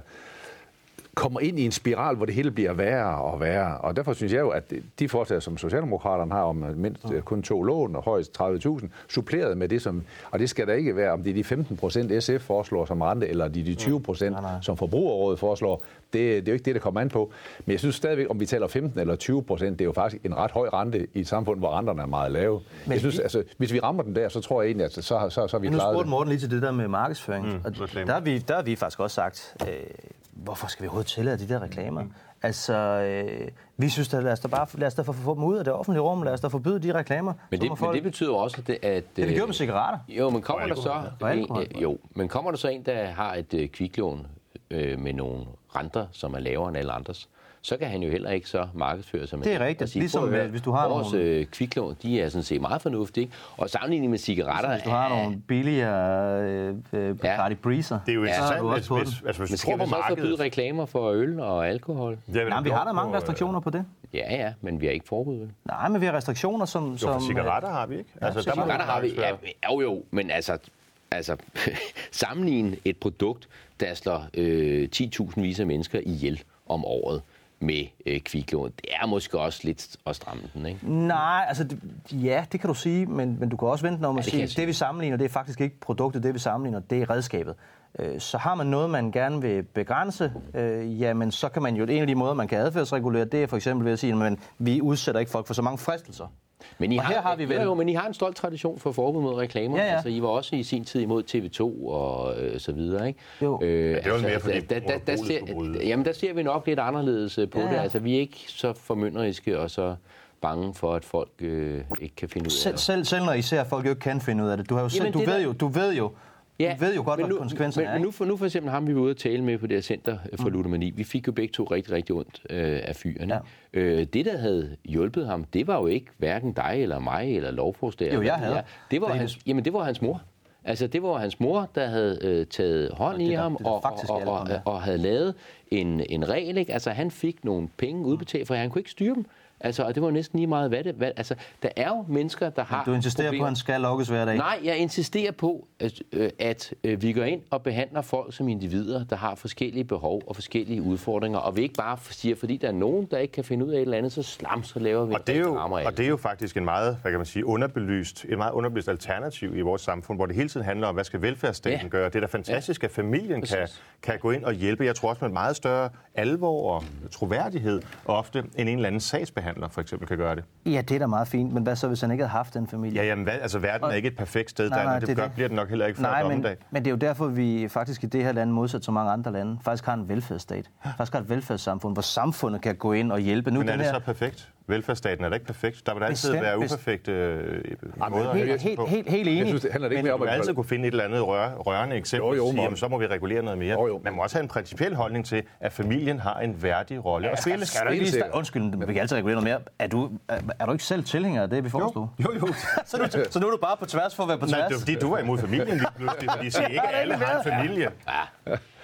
kommer ind i en spiral, hvor det hele bliver værre og værre. Og derfor synes jeg jo, at de forslag, som Socialdemokraterne har om mindst kun to lån og højst tredive tusind, suppleret med det, som... Og det skal da ikke være, om det er de femten procent S F foreslår som rente, eller de, de tyve procent, som Forbrugerrådet foreslår. Det, det er jo ikke det, der kommer an på. Men jeg synes stadigvæk, om vi taler femten eller tyve procent, det er jo faktisk en ret høj rente i et samfund, hvor renterne er meget lave. Men jeg synes, altså, hvis vi rammer den der, så tror jeg egentlig, at så, så, så, så har vi klaret det. Nu spurgte Morten lige til det der med markedsføring. Mm, og der har vi, der har vi faktisk også sagt... Øh, hvorfor skal vi overhovedet tillade de der reklamer? Mm. Altså, øh, vi synes, at lad os da bare lad os da få dem ud af det offentlige rum, lad os da forbyde de reklamer. Men det, folk... men det betyder også, at... at det vi gjorde med cigaretter. Jo, men kommer der så... En, jo, men kommer der så en, der har et øh, kviklån øh, med nogle renter, som er lavere end alle andres, så kan han jo heller ikke så markedsføre sig med det. er rigtigt. Sige, ligesom med, hvis du har vores nogle... øh, kviklån, de er sådan set meget fornuftige, ikke? Og sammenlignet med cigaretter... Hvis du har er... nogle billigere øh, øh, Bacardi ja. Breezer... Det er jo interessant, ja, hvis, hvis, altså, hvis Men skal vi så forbyde reklamer for øl og alkohol? Nej, vi har da mange restriktioner på det. Ja, ja, men vi har ikke forbud. Nej, men vi har restriktioner, som... Jo, som for cigaretter har vi ikke. Altså, ja, der cigaretter har vi, ja, jo jo, men altså... Altså, sammenligne et produkt, der slår øh, ti tusind vis af mennesker ihjel om året med øh, kviklån. Det er måske også lidt at stramme den, ikke? Nej, altså, det, ja, det kan du sige, men, men du kan også vente når man ja, siger, det vi sammenligner, det er faktisk ikke produktet, det vi sammenligner, det er redskabet. Øh, så har man noget, man gerne vil begrænse, øh, jamen så kan man jo, en af de måder, man kan adfærdsregulere, det er for eksempel ved at sige, at vi udsætter ikke folk for så mange fristelser. Men I, og har, her har vi vel... jo, men I har en stolt tradition for forbud mod reklamer. Ja, ja. Altså, I var også i sin tid imod T V to og øh, så videre, ikke? Jo. Øh, ja, det var altså, mere fordi der, der, der, ser, jamen, der ser vi nok lidt anderledes på ja, ja. det. Altså, vi er ikke så formynderiske og så bange for, at folk øh, ikke kan finde ud af det. Selv, selv når I ser, at folk jo ikke kan finde ud af det. Du, har jo selv, du, ved, der... jo, du ved jo, Ja, du ved jo godt, hvad konsekvenserne men, er. Men nu for, nu for eksempel ham, vi var ude at tale med på det her center for mm. ludomani. Vi fik jo begge to rigtig, rigtig ondt øh, af fyrene. Ja. Øh, det, der havde hjulpet ham, det var jo ikke hverken dig eller mig eller lovforslaget. Jo, jeg havde. Det var, hans, jamen, det var hans mor. Altså, det var hans mor, der havde øh, taget hånd i ham og, og, og, og, og havde lavet en, en regel. Ikke? Altså, han fik nogle penge udbetalt, for han kunne ikke styre dem. Altså, og det var næsten lige meget, hvad det... Hvad, altså, der er jo mennesker, der har... Du insisterer problemer. på, at han skal lukkes hver dag? Nej, jeg insisterer på, at, at, at vi går ind og behandler folk som individer, der har forskellige behov og forskellige udfordringer, og vi ikke bare siger, fordi der er nogen, der ikke kan finde ud af et eller andet, så slam, så laver vi og det er jo, og det er jo faktisk en meget, hvad kan man sige, underbelyst, et meget underbelyst alternativ i vores samfund, hvor det hele tiden handler om, hvad skal velfærdsstaten ja. gøre? Det er da fantastisk, ja. at familien kan, kan gå ind og hjælpe. Jeg tror også med meget større alvor og troværdighed ofte end en eller anden sagsbehandler for eksempel kan gøre det. Ja, det er da meget fint, men hvad så, hvis han ikke havde haft den familie? Ja, jamen, hvad, altså verden er ikke et perfekt sted, nej, nej, der, det, det gør, bliver det nok heller ikke før dommedag. Men, men det er jo derfor, vi faktisk i det her land, modsat så mange andre lande, faktisk har en velfærdsstat. Faktisk har et velfærdssamfund, hvor samfundet kan gå ind og hjælpe. Nu men er den det her... så perfekt? Velfærdsstaten er da ikke perfekt. Der vil altid bestemt, være uperfekte øh, måder at helt, helt, helt, helt enig. Jeg synes, det handler ikke men mere om, at du altid kunne finde et eller andet rør, rørende eksempel og sige, jamen, så må vi regulere noget mere. Jo, jo. Man må også have en principiel holdning til, at familien har en værdig rolle. Ja, skal, skal du ikke lige undskyld, vi kan altid regulere noget mere. Er du, er, er du ikke selv tilhænger af det, vi foreslår? Jo, jo. jo. så, nu, så nu er du bare på tværs for at være på tværs? Nej, det er fordi, du var imod familien lige pludselig, fordi siger ikke, alle har en familie.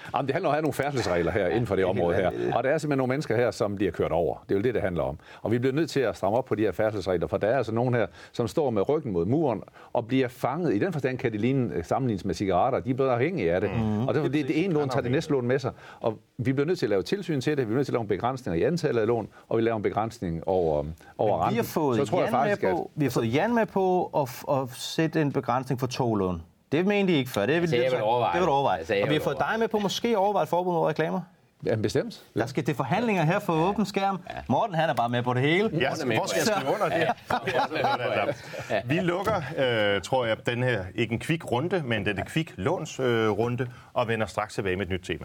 Jamen, det handler om at have nogle færdselsregler her inden for det område her. Og der er simpelthen nogle mennesker her, som bliver kørt over. Det er jo det, det handler om. Og vi bliver nødt til at stramme op på de her færdselsregler, for der er altså nogen her, som står med ryggen mod muren og bliver fanget. I den forstand kan det ligne sammenlignes med cigaretter. De er blevet afhængige af det. Mm-hmm. Og derfor det, det ene lån tager det næste lån med sig. Og vi bliver nødt til at lave tilsyn til det. Vi bliver nødt til at lave en begrænsning i antallet af lån, og vi laver en begrænsning over, over renten. Vi har fået, Så tror jeg faktisk, på, at... vi har fået Jan med på at, at sætte en begrænsning for to lån. Det mente I ikke før. Det vil, altså, jeg vil overveje. Det vil overveje. Altså, og vi har fået dig med på måske overveje et forbud mod reklamer. Ja, bestemt. Ja. Der skal det forhandlinger her for åben skærm. Morten, han er bare med på det hele. Ja, hvor skal jeg skrive under det? Vi lukker, øh, tror jeg, den her, ikke en kvik runde, men den er kvik lånsrunde, øh, runde, og vender straks tilbage med et nyt tema.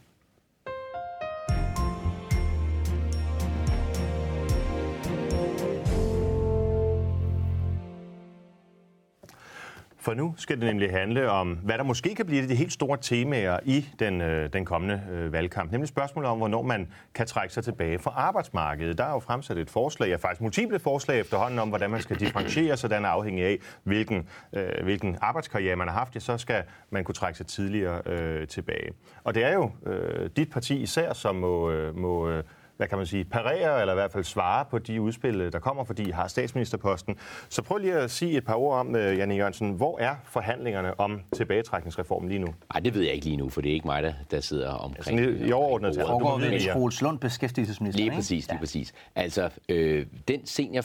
For nu skal det nemlig handle om, hvad der måske kan blive de helt store temaer i den, øh, den kommende øh, valgkamp. Nemlig spørgsmålet om, hvornår man kan trække sig tilbage fra arbejdsmarkedet. Der er jo fremsat et forslag, ja faktisk multiple forslag efterhånden om, hvordan man skal differentiere, sådan afhængig af, hvilken, øh, hvilken arbejdskarriere man har haft, ja, så skal man kunne trække sig tidligere øh, tilbage. Og det er jo øh, dit parti især, som må... Øh, må øh, hvad kan man sige, parere, eller i hvert fald svare på de udspil, der kommer, fordi I har statsministerposten. Så prøv lige at sige et par ord om, Jan E. Jørgensen, hvor er forhandlingerne om tilbagetrækningsreformen lige nu? Nej, det ved jeg ikke lige nu, for det er ikke mig, der, der sidder omkring. Altså, i overordnet tal. Du må vide, at Troels Lund, beskæftigelsesminister. Lige præcis, lige ja. præcis. Altså, øh, den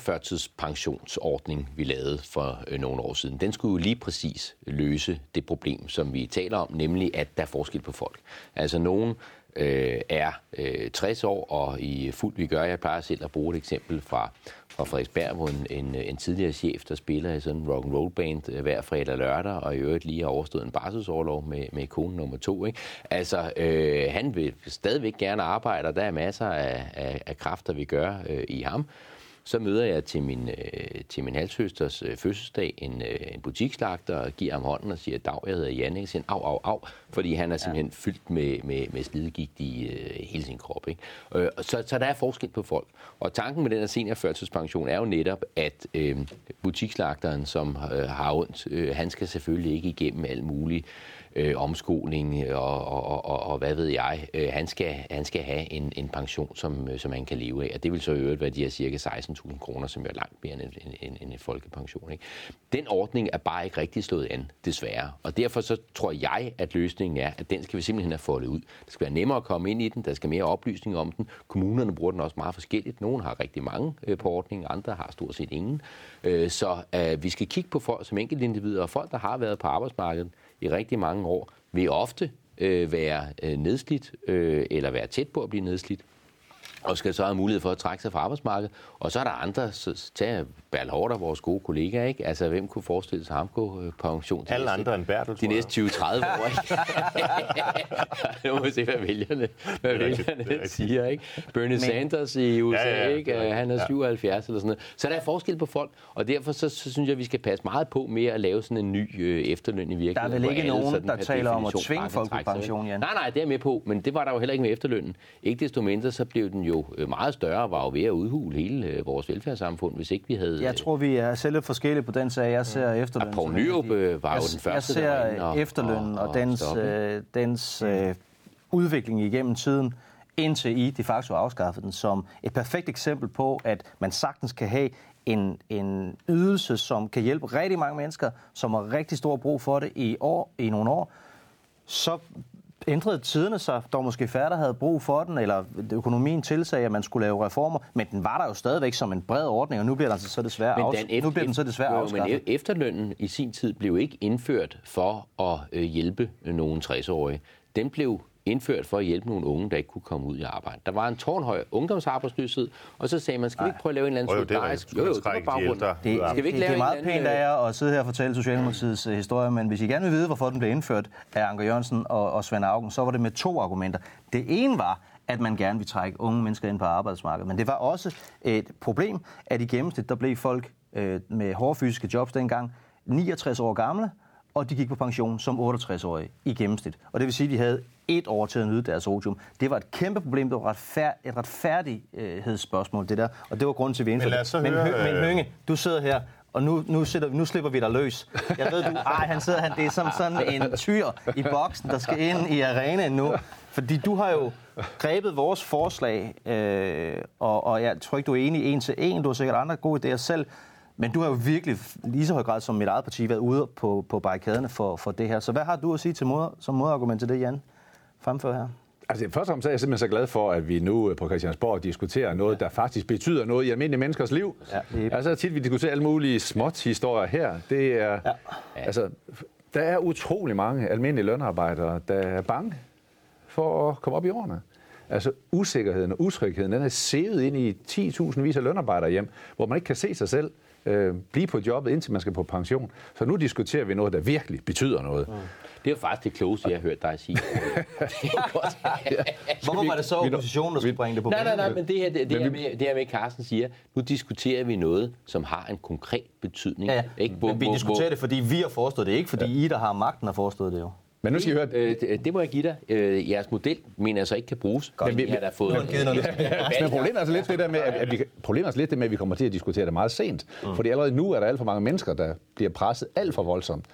seniorførtidspensionsordning, vi lavede for øh, nogle år siden, den skulle jo lige præcis løse det problem, som vi taler om, nemlig at der er forskel på folk. Altså, nogen Øh, er øh, tres år og i fuld vi gør. Jeg plejer selv at bruge et eksempel fra, fra Frederiksberg, hvor en, en, en tidligere chef, der spiller i sådan en rock'n'roll band øh, hver fredag og lørdag, og i øvrigt lige har overstået en barselsorlov med, med kone nummer to. Ikke? Altså, øh, han vil stadigvæk gerne arbejde, og der er masser af, af, af kræfter, vi gør øh, i ham. Så møder jeg til min, øh, til min halvsøsters øh, fødselsdag en, øh, en butikslagter og giver ham hånden og siger, dag, jeg hedder Jan, ikke? Siger, au, au, au, fordi han er simpelthen ja. fyldt med, med, med slidgigt i øh, hele sin krop. Ikke? Øh, så, så der er forskel på folk. Og tanken med den her seniorførtidspension er jo netop, at øh, butikslagteren, som øh, har ondt, øh, han skal selvfølgelig ikke igennem alt muligt Øh, omskoling og, og, og, og hvad ved jeg. Øh, han, skal, han skal have en, en pension, som, som han kan leve af. Og det vil så i øvrigt være de her cirka seksten tusind kroner, som er langt mere end en, en, en, en folkepension. Ikke? Den ordning er bare ikke rigtig slået an, desværre. Og derfor så tror jeg, at løsningen er, at den skal vi simpelthen have foldet ud. Det skal være nemmere at komme ind i den, der skal mere oplysning om den. Kommunerne bruger den også meget forskelligt. Nogle har rigtig mange øh, på ordningen, andre har stort set ingen. Øh, så øh, vi skal kigge på folk som enkeltindivider, og folk, der har været på arbejdsmarkedet i rigtig mange år, vil ofte øh, være øh, nedslidt, øh, eller være tæt på at blive nedslidt, og skal så have mulighed for at trække sig fra arbejdsmarkedet. Og så er der andre, så tager Bertel Haarder, vores gode kollega, ikke? Altså, hvem kunne forestille sig ham gå øh, på pension? Alle andre end Bertel, de næste tyve til tredive år, ikke? Nu må vi se, hvad vælgerne, hvad vælgerne siger, ikke? Bernie Men... Sanders i U S A, ja, ja, ikke? Ja, han er syvoghalvfjerds eller sådan noget. Så der er forskel på folk, og derfor så, så synes jeg, vi skal passe meget på med at lave sådan en ny øh, efterløn i virkeligheden. Der er vel ikke nogen, der taler om at tvinge folk på pension, Jan? Nej, nej, det er med på, men det var der jo heller ikke med efterlønnen. Ikke desto mindre, så blev den jo meget større, var jo ved at udhule hele øh, vores velfærdssamfund, hvis ikke vi havde... Jeg tror, vi er selv lidt forskellige på den sag. Jeg ser efterlønnen... Og Poul Nyrup øh, var jo den første, jeg ser og, efterlønnen og, og, og dens, øh, dens øh, udvikling igennem tiden, indtil I de facto afskaffede den, som et perfekt eksempel på, at man sagtens kan have en, en ydelse, som kan hjælpe rigtig mange mennesker, som har rigtig stor brug for det i, år, i nogle år. Så ændrede tiderne sig. Der var måske færre, der havde brug for den, eller økonomien tilsagde, at man skulle lave reformer, men den var der jo stadigvæk som en bred ordning, og nu bliver den så desværre, men afs- nu bliver den så desværre jo, afskaffet. Men efterlønnen i sin tid blev ikke indført for at øh, hjælpe nogle tres-årige. Den blev indført for at hjælpe nogle unge, der ikke kunne komme ud i arbejde. Der var en tårnhøj ungdomsarbejdsløshed, og så sagde man, skal vi ikke prøve at lave en eller anden solidarisk... Jo, jo, det var baggrunden. Det, skal vi ikke det, det er meget pænt af jer at sidde her og fortælle Socialdemokratiets uh, historie, men hvis I gerne vil vide, hvorfor den blev indført af Anker Jørgensen og, og Svend Auken, så var det med to argumenter. Det ene var, at man gerne vil trække unge mennesker ind på arbejdsmarkedet, men det var også et problem, at i gennemsnit, der blev folk øh, med hårde fysiske jobs dengang niogtres år gamle, og de gik på pension som otteogtres-årige i gennemsnit. Og det vil sige, at de havde et år til at nyde deres otium. Det var et kæmpe problem. Det var retfærd- et retfærdighedsspørgsmål, det der. Og det var grunden til, at vi indførte det. Men, men, Hø- men Hønge, du sidder her og nu, nu, sætter, nu slipper vi dig løs. Jeg ved, du, ej, han sidder, han, det er som sådan en tyr i boksen, der skal ind i arenaen nu. Fordi du har jo grebet vores forslag, øh, og, og jeg tror ikke, du er enig en til en. Du har sikkert andre gode idéer selv. Men du har jo virkelig, lige så høj grad som mit eget parti, været ude på, på barrikaderne for, for det her. Så hvad har du at sige til mod, som modargument til det, Jan fremfører her? Altså, først og fremmest er jeg simpelthen så glad for, at vi nu på Christiansborg diskuterer noget, der faktisk betyder noget i almindelige menneskers liv. Ja, det er... Altså, tit vi diskuterer alle mulige småt historier her. Det er, ja. Altså, der er utrolig mange almindelige lønarbejdere, der er bange for at komme op i årene. Altså, usikkerheden og utrygheden, den er sævet ind i ti tusind vis af lønarbejdere hjem, hvor man ikke kan se sig selv øh, blive på jobbet, indtil man skal på pension. Så nu diskuterer vi noget, der virkelig betyder noget. Mm. Det er jo faktisk det klogeste, jeg har hørt dig sige. Hvorfor var det så oppositionen, der skulle bringe det på banen? Nej, nej, nej, men det her, det, det, her med, det her med, Carsten siger, nu diskuterer vi noget, som har en konkret betydning. Ja, ja. Ikke? Bo, men vi bo, diskuterer bo. det, fordi vi har forestået det, ikke fordi ja. I, der har magten, har forestået det jo. Men nu skal I høre... Øh, det, det må jeg give dig. Øh, jeres model, mener jeg så ikke kan bruges. Godt, vi har da fået... Men problemet er altså lidt det der med, at vi, problemet er altså lidt det med, at vi kommer til at diskutere det meget sent. Mm. Fordi allerede nu er der alt for mange mennesker, der bliver presset alt for voldsomt.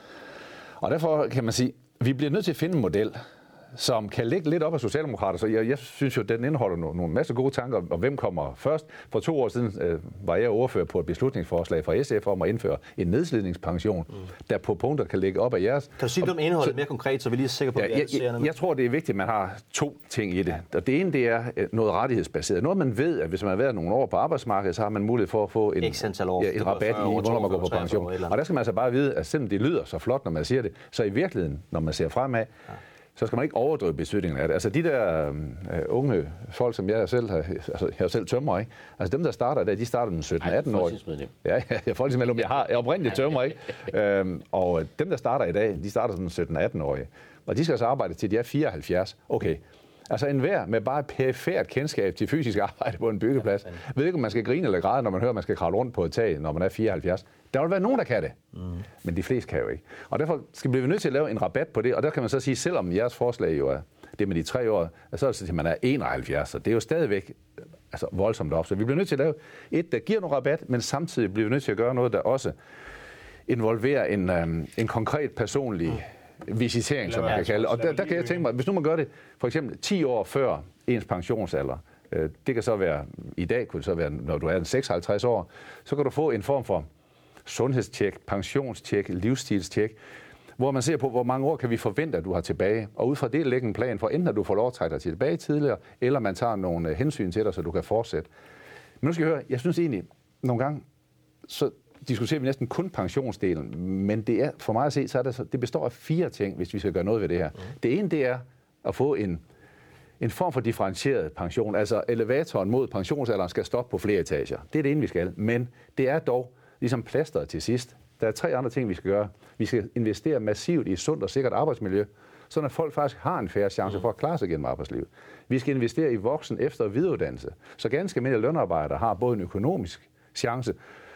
Og derfor kan man sige, vi bliver nødt til at finde en model, som kan ligge lidt op af socialdemokrater. Så jeg, jeg synes jo, at den indeholder nogle, nogle masse gode tanker om, hvem kommer først. For to år siden øh, var jeg ordfører på et beslutningsforslag fra S F om at indføre en nedslidningspension, mm. der på punkter kan ligge op af jeres. Kan du sige lidt om indholdet mere konkret, så vi lige er sikre på, ja, at vi jeg, jeg, jeg tror, det er vigtigt, at man har to ting i det. Ja. Og det ene, det er noget rettighedsbaseret. Noget, man ved, at hvis man har været nogle år på arbejdsmarkedet, så har man mulighed for at få en, år, ja, en rabat i, hvornår man går på pension. Og der skal man altså bare vide, at selvom det lyder så flot, når man siger det, så i virkeligheden, når man ser fremad, ja. så skal man ikke overdrive betydningen af det. Altså de der øh, unge folk, som jeg selv har, altså jeg er selv tømrer, ikke? Altså dem, der starter der, de starter den sytten atten år. Ja, ja, jeg er folketingsmedlem, jeg har jeg er oprindeligt tømrer, ikke? øhm, og dem, der starter i dag, de starter sådan sytten atten år. Og de skal så arbejde til de er fireoghalvfjerds. Okay. Altså enhver med bare et perifært kendskab til fysisk arbejde på en byggeplads, ja, ved ikke, om man skal grine eller græde, når man hører, at man skal kravle rundt på et tag, når man er fireoghalvfjerds. Der vil være nogen, der kan det, mm. men de fleste kan jo ikke. Og derfor skal vi blive nødt til at lave en rabat på det, og der kan man så sige, selvom jeres forslag jo er det med de tre år, så er det til, man er enoghalvfjerds, så det er jo stadigvæk altså, voldsomt op. Så vi bliver nødt til at lave et, der giver noget rabat, men samtidig bliver vi nødt til at gøre noget, der også involverer en, um, en konkret personlig visitering, som man kan kalde det. Og der, der kan jeg tænke mig, hvis nu man gør det for eksempel ti år før ens pensionsalder, øh, det kan så være, i dag kunne det så være, når du er seksoghalvtreds år, så kan du få en form for sundhedstjek, pensionstjek, livsstilstjek, hvor man ser på, hvor mange år kan vi forvente, at du har tilbage. Og ud fra det lægge en plan for, enten at du får lov at trække dig tilbage tidligere, eller man tager nogle hensyn til dig, så du kan fortsætte. Men nu skal I høre, jeg synes egentlig, nogle gange, så diskuterer vi næsten kun pensionsdelen, men det er, for mig at se, så er det, så, det består af fire ting, hvis vi skal gøre noget ved det her. Mm. Det ene, det er at få en, en form for differentieret pension, altså elevatoren mod pensionsalderen skal stoppe på flere etager. Det er det ene, vi skal. Men det er dog ligesom plasteret til sidst. Der er tre andre ting, vi skal gøre. Vi skal investere massivt i et sundt og sikkert arbejdsmiljø, så at folk faktisk har en fair chance for at klare sig gennem arbejdslivet. Vi skal investere i voksen efter- og videreuddannelse, så ganske almindelige lønarbejdere har både en økonomisk chance,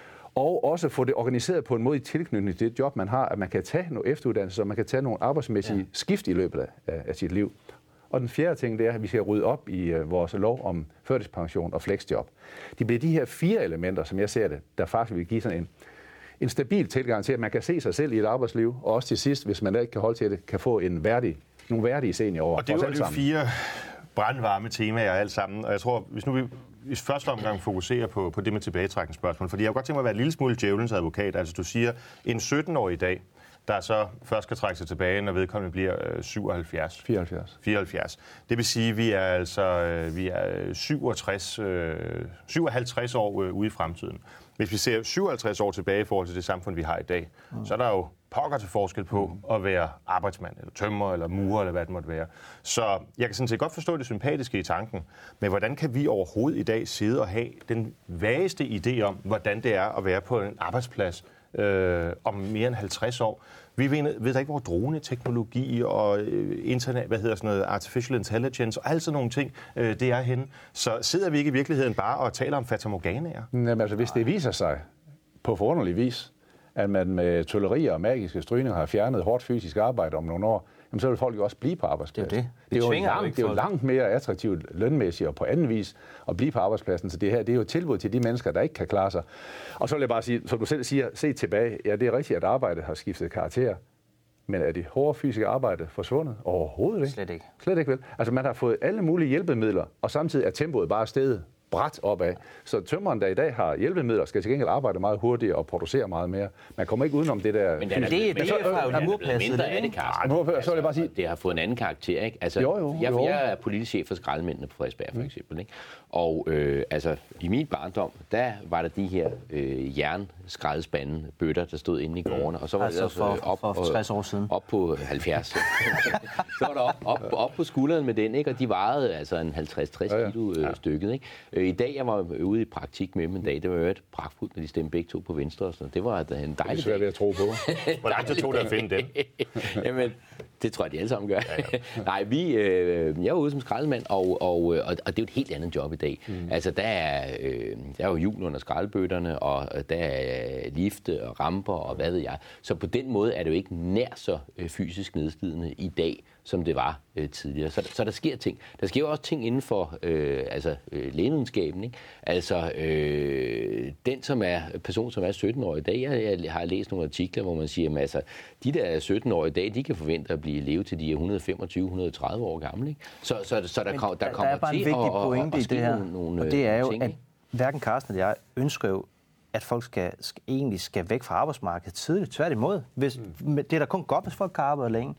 og også få det organiseret på en måde i tilknytning til det job, man har, at man kan tage noget efteruddannelse, så man kan tage nogle arbejdsmæssige ja. skift i løbet af, af sit liv. Og den fjerde ting, det er, at vi skal rydde op i uh, vores lov om førtidspension og flexjob. Det bliver de her fire elementer, som jeg ser det, der faktisk vil give sådan en, en stabil tilgang til, at man kan se sig selv i et arbejdsliv, og også til sidst, hvis man ikke kan holde til det, kan få en værdig, nogle værdige seniorår. Og det er jo fire brandvarme temaer alt sammen, og jeg tror, hvis nu vi i første omgang fokuserer på, på det med tilbagetrækningsspørgsmål, fordi jeg kunne godt tænke mig at være en lille smule djævelens advokat. Altså du siger, en sytten-årig i dag, der så først skal trække sig tilbage, når vedkommende bliver øh, syvoghalvfjerds. fireoghalvfjerds. fireoghalvfjerds. Det vil sige, at vi er altså øh, vi er syvogtres, øh, syvoghalvtreds år øh, ude i fremtiden. Hvis vi ser syvoghalvtreds år tilbage i forhold til det samfund, vi har i dag, mm. så er der jo pokker til forskel på mm. at være arbejdsmand, eller tømrer, eller murer, eller hvad det måtte være. Så jeg kan sådan set godt forstå det sympatiske i tanken, men hvordan kan vi overhovedet i dag sidde og have den vageste idé om, hvordan det er at være på en arbejdsplads øh, om mere end halvtreds år? Vi ved, ved da ikke, hvor droneteknologi og øh, internet, hvad hedder sådan noget, artificial intelligence og alle sådan nogle ting, øh, det er henne. Så sidder vi ikke i virkeligheden bare og taler om fatamorganaer? Jamen altså, hvis det viser sig på forunderlig vis, at man med tullerier og magiske strygninger har fjernet hårdt fysisk arbejde om nogle år, jamen, så vil folk jo også blive på arbejdspladsen. Det er det. Det, det, er, jo tvinger jo langt, ikke det er jo folk. langt mere attraktivt lønmæssigt og på anden vis at blive på arbejdspladsen. Så det her det er jo et tilbud til de mennesker, der ikke kan klare sig. Og så vil jeg bare sige, som du selv siger, se tilbage. Ja, det er rigtigt, at arbejdet har skiftet karakter. Men er det hårde fysiske arbejde forsvundet? Overhovedet ikke. Slet ikke. Slet ikke vel. Altså man har fået alle mulige hjælpemidler, og samtidig er tempoet bare steget bræt opad. Så tømmeren, der i dag har hjælpemidler, skal til gengæld arbejde meget hurtigere og producere meget mere. Man kommer ikke udenom det der... Men det, det, det er jo lurpasset. mindre af det, Carsten. Nu, så vil jeg bare sige... Det har fået en anden karakter, ikke? Altså, Jo, jo, jeg, jo. jeg er politisk chef for skraldemændene på Frederiksberg, for eksempel, ikke? Og øh, altså, i min barndom, der var der de her øh, jernskraldespande bøtter, der stod inde i gårdene. Og så var Altså det for- op, for tres år siden. Op på halvfjerds. Så var der op, op, op på skulderen med den, ikke? Og de vejede altså en halvtreds til tres Ja, ja. kilo øh, stykket, ikke? Øh, I dag, jeg var ude i praktik med dem en dag, det var jo et pragtfuldt, når de stemte begge to på venstre. Og sådan. Det var da en Det er dejlig svært ved dag. at tro på. Hvor lang tid tog det at finde den? Jamen, det tror jeg, de alle sammen gør. Ja, ja. Nej, vi, øh, jeg var ude som skraldemand, og, og, og, og det er jo et helt andet job i dag. Mm. Altså, der er, øh, der er jo hjul under skraldebøtterne, og der er lifte og ramper og hvad ved jeg. Så på den måde er det jo ikke nær så øh, fysisk nedslidende i dag, som det var øh, tidligere. Så, så der sker ting. Der sker jo også ting inden for øh, altså, øh, lægevidenskaben, ikke? Altså, øh, den som er person, som er sytten år i dag, jeg, jeg har læst nogle artikler, hvor man siger, at altså, de der sytten år i dag, de kan forvente at blive leve til de er et hundrede og femogtyve til et hundrede og tredive år gamle, ikke? Så, så, så der, Men kom, der, der kommer er bare en til vigtig at, at, pointe at, i ske det her, nogle, nogle og det er jo, ting, at ikke? hverken Carsten eller jeg ønsker jo, at folk skal, skal, egentlig skal væk fra arbejdsmarkedet tidligt. Tværtimod. Hvis, mm. Det er da kun godt, hvis folk kan arbejde længe.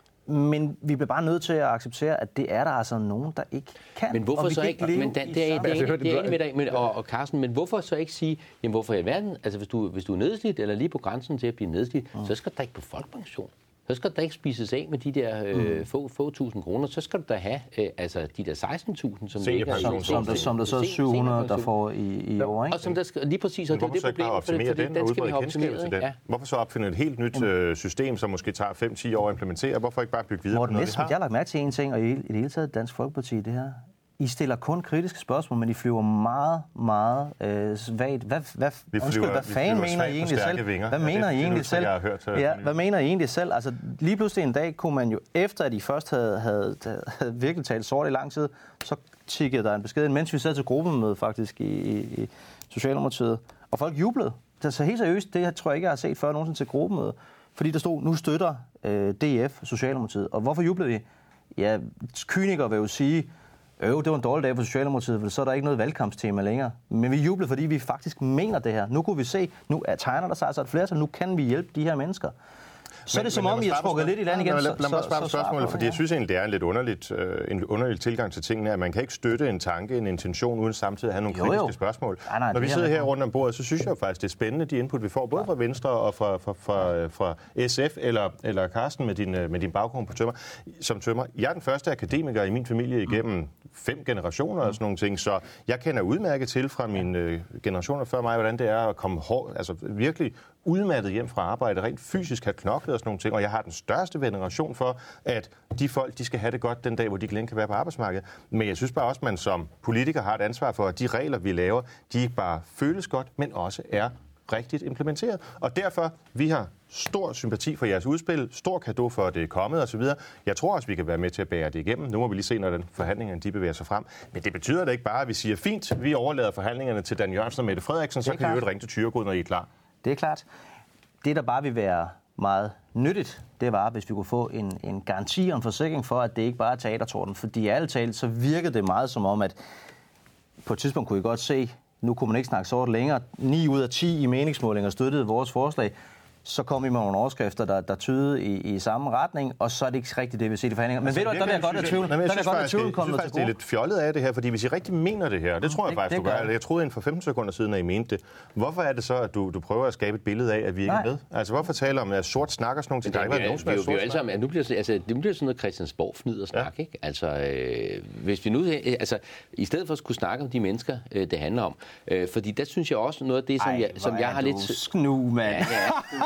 Men vi bliver bare nødt til at acceptere, at det er der altså nogen, der ikke kan. Men hvorfor og vi så kan ikke? leve Men da, i det er, det er, samme- enig- hørte det er det- enig med dig, men, og, og Carsten, men hvorfor så ikke sige, jamen hvorfor i verden, altså hvis du, hvis du er nedslidt, eller lige på grænsen til at blive nedslidt, mm. så skal du da ikke på folkepension. Så skal du da ikke spises af med de der øh, mm. få, få tusind kroner. Så skal du da have øh, altså de der seksten tusind, som ligger Seniorpension. som, som, der, som der så er syv hundrede, der får i, i år, ikke? Og som der skal, lige præcis, og Men det er hvorfor det så ikke bare problem, optimere den og skal vi udbrede have kendskabet optimeret, til den? ja. Hvorfor så opfinde et helt nyt øh, system, som måske tager fem til ti år at implementere? Hvorfor ikke bare bygge videre Morten på noget, vi Messerschmidt, jeg har? har lagt mærke til en ting, og i, i det hele taget Dansk Folkeparti i det her. I stiller kun kritiske spørgsmål, men I flyver meget, meget øh, svagt. Hvad, hvad, Vi undskyld, flyver- hvad vi fanden flyver mener svagt I på egentlig stærke selv? vinger. Hvad Ja, det- mener det I er egentlig udtryk, selv? jeg har hørt, øh, Ja, Conny. hvad mener I egentlig selv? Altså, lige pludselig en dag kunne man jo, efter at I først havde, havde, havde virkelig talt sort i lang tid, så tikkede der en besked, mens vi sad til gruppemøde faktisk i, i, i Socialdemokratiet, og folk jublede. Så helt seriøst, det tror jeg ikke, jeg har set før nogensinde til gruppemøde. Fordi der stod, nu støtter øh, D F Socialdemokratiet. Og hvorfor jublede vi? Ja, kynikere vil jo sige, øv, det var en dårlig dag for Socialdemokratiet, for så er der ikke noget valgkampstema længere. Men vi jublede, fordi vi faktisk mener det her. Nu kunne vi se, nu er tegner der sig altså et flertal, nu kan vi hjælpe de her mennesker. Så er det som om, I har trukket lidt i land igen. Lad, lad, så- lad mig så- svare på så svar spørgsmålet, på fordi det, jeg synes egentlig, det er en lidt underligt, øh, en underlig tilgang til tingene, at man kan ikke støtte en tanke, en intention, uden samtidig at have nogle Jo, jo. kritiske spørgsmål. Nej, nej, Når vi det er sidder jeg her med på. rundt om bordet, så synes jeg jo faktisk, det er spændende, de input, vi får, både fra Venstre og fra, fra, fra, øh, fra S F eller, eller Carsten med din, øh, med din baggrund på tømmer, som tømmer. Jeg er den første akademiker i min familie igennem fem generationer og sådan nogle ting, så jeg kender udmærket til fra mine øh, generationer før mig, hvordan det er at komme hård, altså virkelig udmattet hjem fra arbejde, rent fysisk have knoklet og sådan nogle ting, og jeg har den største veneration for, at de folk, de skal have det godt den dag, hvor de ikke kan være på arbejdsmarkedet. Men jeg synes bare også, at man som politiker har et ansvar for, at de regler, vi laver, de ikke bare føles godt, men også er rigtigt implementeret. Og derfor, vi har stor sympati for jeres udspil, stor cadeau for, at det er kommet osv. Jeg tror også, vi kan være med til at bære det igennem. Nu må vi lige se, når den forhandlingerne de bevæger sig frem. Men det betyder da ikke bare, at vi siger, fint, vi overlader forhandlingerne til Dan Jørgensen og Mette Frederiksen, så kan vi jo ringe til Thyregod, når I er klar. Det er klart. Det, der bare vil være meget nyttigt, det var, hvis vi kunne få en, en garanti og en forsikring for, at det ikke bare er teatertorden. Fordi ærligt talt, så virkede det meget som om, at på et tidspunkt kunne I godt se, nu kunne man ikke snakke sort længere. ni ud af ti i meningsmålinger støttede vores forslag. Så kom I med nogle overskrifter, der, der tydede i, i samme retning, og så er det ikke rigtigt det, vi ser i forhandlinger. Men altså, ved du, der vil jeg godt have tvivl. Der vil jeg godt have tvivl kommet til til det er gode. lidt fjollet af det her, fordi hvis I rigtig mener det her, det tror jeg det- faktisk, det du gør gør. jeg. Jeg troede inden for femten sekunder siden, at I mente det. Hvorfor er det så, at du, du prøver at skabe et billede af, at vi ikke Nej. er med? Altså, hvorfor taler om at sort snak og sådan nogle ting? Der har ikke været nogen, som vi, er vi, vi, vi, jo sort alle snak. sammen, at nu bliver, sådan- altså, det bliver sådan noget Christiansborg-fnid og snak, ja. Ikke? Altså, øh, hvis vi nu, øh, altså, i stedet for at skulle snakke om de mennesker, øh, det handler om, øh, fordi der synes jeg også noget af det, som, Ej, jeg, som hvor jeg er har du lidt... Snu, mand. Ja, ja.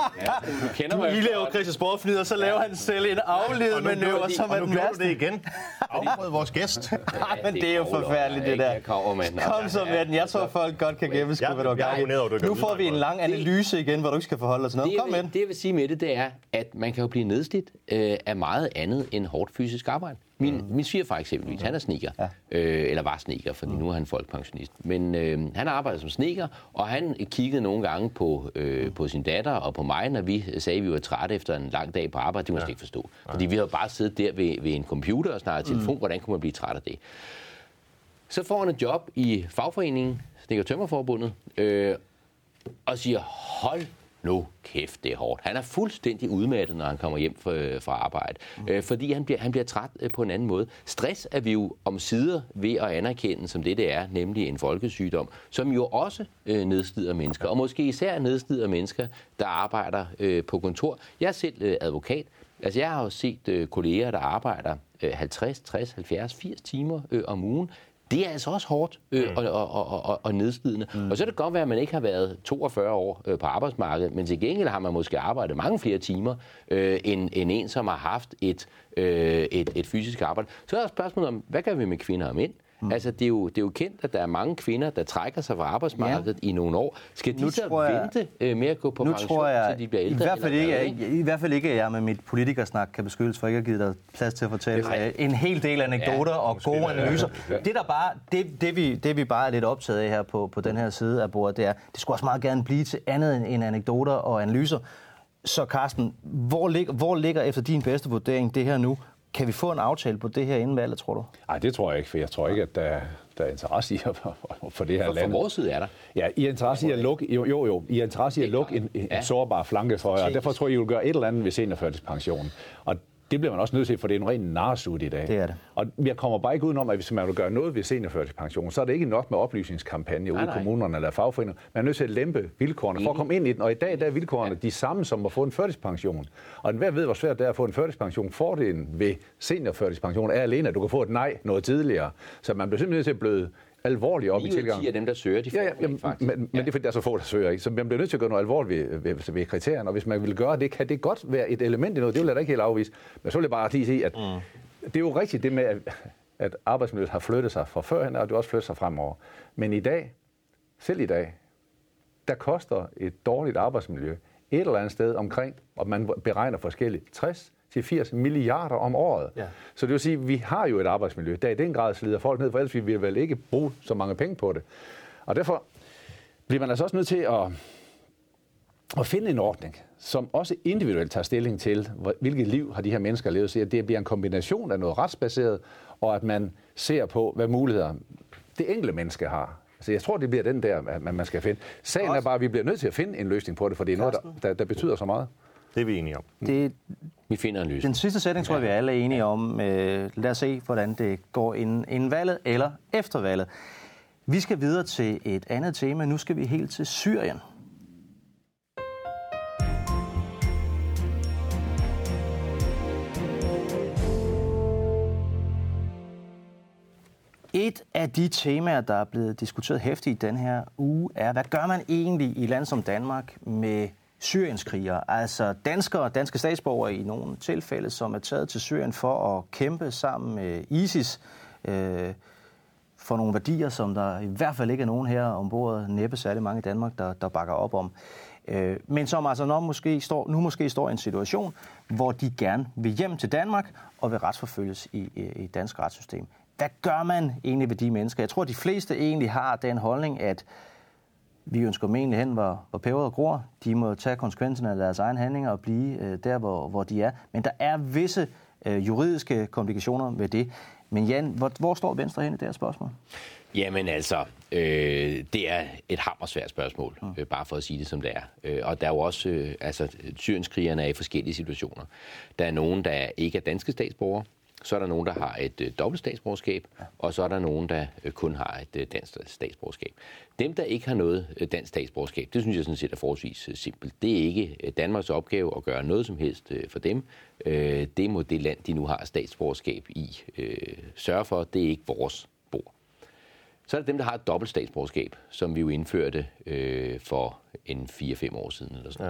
Ja, du kender mig. I laver Christiansborg fnid, og så laver han selv en afledet manøvre, som er Og nu den gjorde du værste. det igen. Afbrød vores gæst. Nej, men det er jo forfærdeligt, det der. Kom så med den. Jeg tror, folk godt kan gennemskue, hvad du har gang i. Nu får vi en lang analyse igen, hvor du ikke skal forholde dig til noget. Kom med den. Det, jeg vil sige med det, det er, at man kan jo blive nedslidt øh, af meget andet end hårdt fysisk arbejde. Min, mm. min svigerfar eksempelvis, han er sneker, ja. øh, eller var sneker, fordi mm. nu er han folkepensionist. Men øh, han arbejder som sneker, og han kiggede nogle gange på, øh, på sin datter og på mig, når vi sagde, at vi var trætte efter en lang dag på arbejde. Det kunne man ja. ikke forstå. Fordi vi havde bare siddet der ved, ved en computer og snakket telefon. Mm. Hvordan kunne man blive træt af det? Så får han et job i fagforeningen, Snedker- og Tømrerforbundet, øh, og siger, hold nu kæft, det er hårdt. Han er fuldstændig udmattet, når han kommer hjem fra, fra arbejde, mm. øh, fordi han bliver, han bliver træt øh, på en anden måde. Stress er vi jo omsider ved at anerkende, som det det er, nemlig en folkesygdom, som jo også øh, nedslider mennesker, og måske især nedslider mennesker, der arbejder øh, på kontor. Jeg er selv øh, advokat. Altså, jeg har jo set øh, kolleger, der arbejder øh, halvtreds, tres, halvfjerds, firs timer øh, om ugen. Det er altså også hårdt øh, og, og, og, og nedslidende. Mm. Og så er det godt være, at man ikke har været toogfyrre år øh, på arbejdsmarkedet, men til gengæld har man måske arbejdet mange flere timer øh, end, end en, som har haft et, øh, et, et fysisk arbejde. Så er der spørgsmålet om, hvad gør vi med kvinder og mænd? Mm. Altså, det er, jo, det er jo kendt, at der er mange kvinder, der trækker sig fra arbejdsmarkedet ja. i nogle år. Skal de nu så jeg, vente øh, med at gå på pension, jeg, til de bliver ældre? I hvert, fald ikke, ikke? I hvert fald ikke, at jeg med mit politikersnak kan beskyldes for ikke at give dig plads til at fortælle Nej. en hel del anekdoter ja, og gode analyser. Ja. Det, der bare, det, det, vi, det, vi bare er lidt optaget af her på, på den her side af bordet, det er, det skulle også meget gerne blive til andet end anekdoter og analyser. Så Carsten, hvor, lig, hvor ligger efter din bedste vurdering det her nu? Kan vi få en aftale på det her inden valget, tror du? Nej, det tror jeg ikke, for jeg tror ikke, at der, der er interesse i at for det her for, land. For vores side er der. Ja, I er interesse i at lukke, jo, jo, jo, I er interesse i at lukke en, en ja. sårbar flanke for jer, og derfor tror jeg, I vil gøre et eller andet ved seniorførtidspensionen. Og det bliver man også nødt til, for det er en ren narsud i dag. Det er det. Og jeg kommer bare ikke udenom, at hvis man vil gøre noget ved seniorførtidspensionen, så er det ikke nok med oplysningskampagne ude i kommunerne eller fagforeninger. Man er nødt til at lempe vilkårene for at komme ind i den. Og i dag der er vilkårene ja. de samme som at få en førtidspension. Og enhver ved, hvor svært det er at få en førtidspension. Fordelen ved seniorførtidspension er alene, at du kan få et nej noget tidligere. Så man bliver simpelthen nødt til at bløde alvorligt op i tilgangen. ni af dem, der søger, de får ja, ja, jamen, faktisk. Men, men ja. det er fordi, der er så få, der søger. Ikke? Så man bliver nødt til at gøre noget alvorligt ved, ved, ved kriterierne. Og hvis man vil gøre det, kan det godt være et element i noget. Det vil jeg da ikke helt afvise. Men så vil jeg bare lige sige, at mm. det er jo rigtigt det med, at, at arbejdsmiljøet har flyttet sig fra førhen, og det også flytter sig fremover. Men i dag, selv i dag, der koster et dårligt arbejdsmiljø et eller andet sted omkring, og man beregner forskelligt, tres til firs milliarder om året. Ja. Så det vil sige, at vi har jo et arbejdsmiljø, der i den grad slider folk ned, for ellers vil vi vel ikke bruge så mange penge på det. Og derfor bliver man altså også nødt til at, at finde en ordning, som også individuelt tager stilling til, hvilket liv har de her mennesker levet. Så det bliver en kombination af noget retsbaseret, og at man ser på, hvad muligheder det enkelte menneske har. Så jeg tror, det bliver den der, at man skal finde. Sagen er bare, at vi bliver nødt til at finde en løsning på det, for det er noget, der, der, der betyder så meget. Det er vi enige om. Det, vi finder en løsning. Den sidste sætning tror jeg, vi alle er enige om. Øh, lad os se, hvordan det går inden, inden valget eller efter valget. Vi skal videre til et andet tema. Nu skal vi helt til Syrien. Et af de temaer, der er blevet diskuteret hæftigt i den her uge, er, hvad gør man egentlig i land som Danmark med syrienskrigere? Altså danskere, danske statsborgere i nogle tilfælde, som er taget til Syrien for at kæmpe sammen med ISIS øh, for nogle værdier, som der i hvert fald ikke er nogen her ombord, næppe særlig mange i Danmark, der, der bakker op om. Øh, men som altså nu måske, står, nu måske står i en situation, hvor de gerne vil hjem til Danmark og vil retsforfølges i, i, i et dansk retssystem. Hvad gør man egentlig ved de mennesker? Jeg tror, at de fleste egentlig har den holdning, at vi ønsker dem egentlig hen, hvor, hvor peberet gror. De må tage konsekvenserne af deres egen handlinger og blive øh, der, hvor, hvor de er. Men der er visse øh, juridiske komplikationer ved det. Men Jan, hvor, hvor står Venstre hen i det her spørgsmål? Jamen altså, øh, det er et hammersvært spørgsmål, mm. øh, bare for at sige det som det er. Øh, og der er jo også, øh, altså syrienskrigerne er i forskellige situationer. Der er nogen, der ikke er danske statsborgere. Så er der nogen, der har et øh, dobbelt statsborgerskab, ja. Og så er der nogen, der øh, kun har et øh, dansk statsborgerskab. Dem, der ikke har noget øh, dansk statsborgerskab, det synes jeg sådan set er forholdsvis øh, simpelt. Det er ikke øh, Danmarks opgave at gøre noget som helst øh, for dem. Øh, det må det land, de nu har statsborgerskab i, øh, sørge for. Det er ikke vores bord. Så er der dem, der har et dobbelt statsborgerskab, som vi jo indførte øh, for en fire fem år siden eller sådan. Ja.